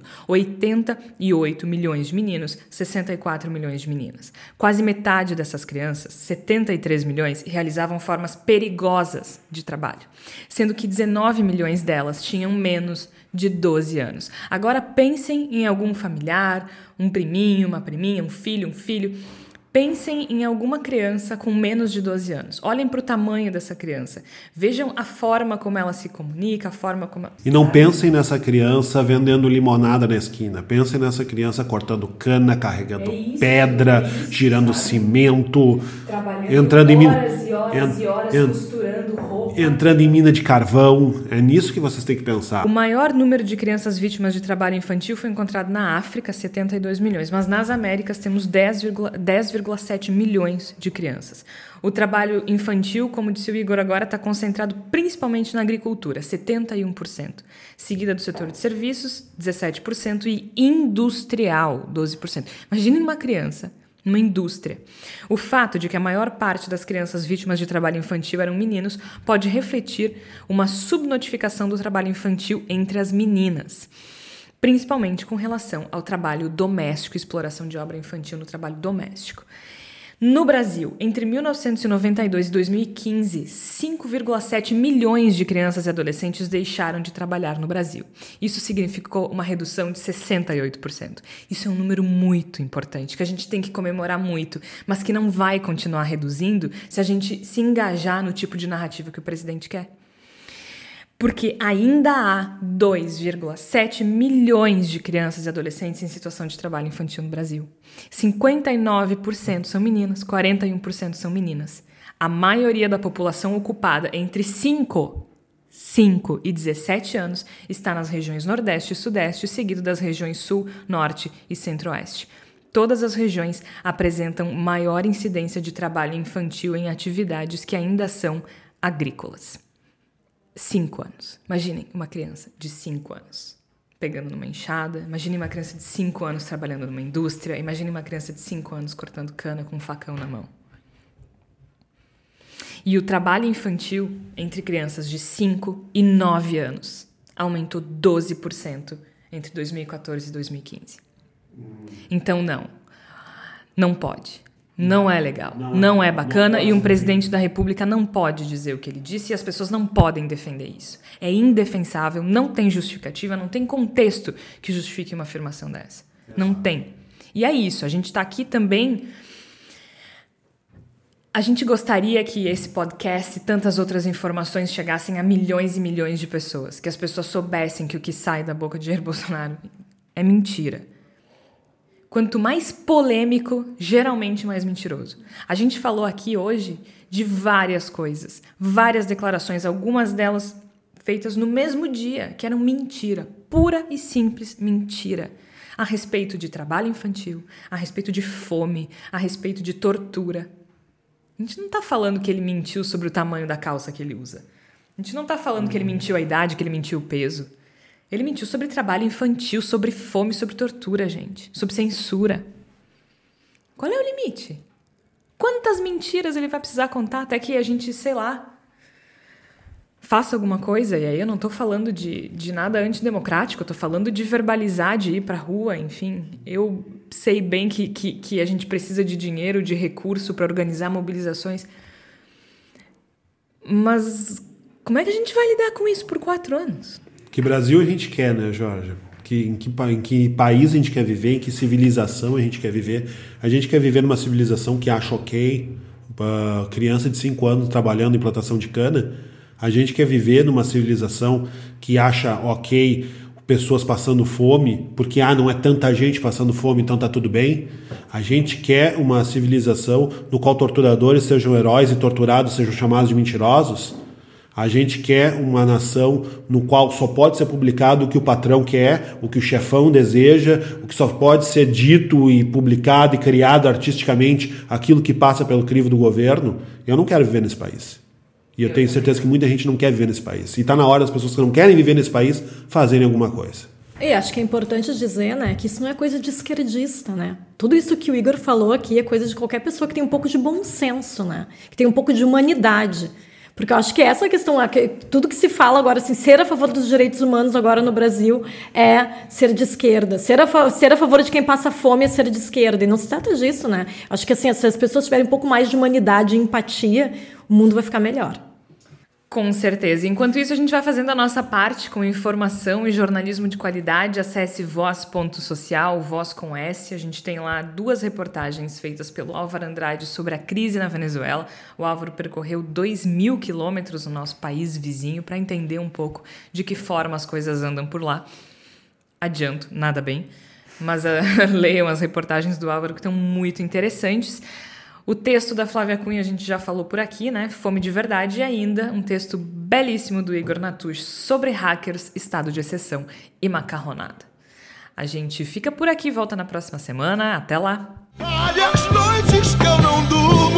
88 milhões de meninos, 64 milhões de meninas. Quase metade dessas crianças, 73 milhões, realizavam formas perigosas de trabalho, sendo que 19 milhões delas tinham menos de 12 anos. Agora pensem em algum familiar, um priminho, uma priminha, um filho. Pensem em alguma criança com menos de 12 anos. Olhem para o tamanho dessa criança. Vejam a forma como ela se comunica, a forma como... E não pensem nessa criança vendendo limonada na esquina. Pensem nessa criança cortando cana, carregando pedra, girando cimento, entrando em horas e horas costurando roupa. Entrando em mina de carvão. É nisso que vocês têm que pensar. O maior número de crianças vítimas de trabalho infantil foi encontrado na África, 72 milhões. Mas nas Américas temos 10,7 milhões de crianças. O trabalho infantil, como disse o Igor agora, está concentrado principalmente na agricultura, 71%. Seguida do setor de serviços, 17%, e industrial, 12%. Imaginem uma criança numa indústria. O fato de que a maior parte das crianças vítimas de trabalho infantil eram meninos pode refletir uma subnotificação do trabalho infantil entre as meninas, principalmente com relação ao trabalho doméstico, exploração de obra infantil no trabalho doméstico. No Brasil, entre 1992 e 2015, 5,7 milhões de crianças e adolescentes deixaram de trabalhar no Brasil. Isso significou uma redução de 68%. Isso é um número muito importante, que a gente tem que comemorar muito, mas que não vai continuar reduzindo se a gente se engajar no tipo de narrativa que o presidente quer. Porque ainda há 2,7 milhões de crianças e adolescentes em situação de trabalho infantil no Brasil. 59% são meninas, 41% são meninas. A maioria da população ocupada entre 5 e 17 anos está nas regiões Nordeste e Sudeste, seguido das regiões Sul, Norte e Centro-Oeste. Todas as regiões apresentam maior incidência de trabalho infantil em atividades que ainda são agrícolas. 5 anos. Imaginem uma criança de 5 anos pegando numa enxada. Imaginem uma criança de 5 anos trabalhando numa indústria. Imaginem uma criança de 5 anos cortando cana com um facão na mão. E o trabalho infantil entre crianças de 5 e 9 anos aumentou 12% entre 2014 e 2015. Então não pode. Não é legal, não é bacana, e um presidente da República não pode dizer o que ele disse e as pessoas não podem defender isso. É indefensável, não tem justificativa, não tem contexto que justifique uma afirmação dessa. Não tem. E é isso, a gente está aqui também... A gente gostaria que esse podcast e tantas outras informações chegassem a milhões e milhões de pessoas, que as pessoas soubessem que o que sai da boca de Jair Bolsonaro é mentira. Quanto mais polêmico, geralmente mais mentiroso. A gente falou aqui hoje de várias coisas, várias declarações, algumas delas feitas no mesmo dia, que eram mentira, pura e simples mentira. A respeito de trabalho infantil, a respeito de fome, a respeito de tortura. A gente não está falando que ele mentiu sobre o tamanho da calça que ele usa. A gente não está falando que ele mentiu a idade, que ele mentiu o peso. Ele mentiu sobre trabalho infantil, sobre fome, sobre tortura, gente. Sobre censura. Qual é o limite? Quantas mentiras ele vai precisar contar até que a gente, sei lá, faça alguma coisa? E aí eu não tô falando de nada antidemocrático, eu tô falando de verbalizar, de ir pra rua, enfim. Eu sei bem que a gente precisa de dinheiro, de recurso para organizar mobilizações. Mas como é que a gente vai lidar com isso por 4 anos? Que Brasil a gente quer, né, Jorge? Em que país a gente quer viver, em que civilização a gente quer viver. A gente quer viver numa civilização que acha ok, criança de 5 anos trabalhando em plantação de cana. A gente quer viver numa civilização que acha ok pessoas passando fome, porque não é tanta gente passando fome, então tá tudo bem. A gente quer uma civilização no qual torturadores sejam heróis e torturados sejam chamados de mentirosos. A gente quer uma nação no qual só pode ser publicado o que o patrão quer, o que o chefão deseja, o que só pode ser dito e publicado e criado artisticamente aquilo que passa pelo crivo do governo. Eu não quero viver nesse país. E eu tenho certeza que muita gente não quer viver nesse país. E está na hora das pessoas que não querem viver nesse país fazerem alguma coisa. E acho que é importante dizer, né, que isso não é coisa de esquerdista, né? Tudo isso que o Igor falou aqui é coisa de qualquer pessoa que tem um pouco de bom senso, né? Que tem um pouco de humanidade. Porque eu acho que essa questão, tudo que se fala agora, assim, ser a favor dos direitos humanos agora no Brasil é ser de esquerda. Ser a favor de quem passa fome é ser de esquerda. E não se trata disso, né? Acho que assim, se as pessoas tiverem um pouco mais de humanidade e empatia, o mundo vai ficar melhor. Com certeza. Enquanto isso, a gente vai fazendo a nossa parte com informação e jornalismo de qualidade. Acesse voz.social, Voz com S. A gente tem lá 2 reportagens feitas pelo Álvaro Andrade sobre a crise na Venezuela. O Álvaro percorreu 2.000 quilômetros no nosso país vizinho para entender um pouco de que forma as coisas andam por lá. Adianto, nada bem. Mas leiam as reportagens do Álvaro que estão muito interessantes. O texto da Flávia Cunha a gente já falou por aqui, né? Fome de Verdade, e ainda um texto belíssimo do Igor Natush sobre hackers, estado de exceção e macarronada. A gente fica por aqui, volta na próxima semana. Até lá! Várias noites que eu não durmo.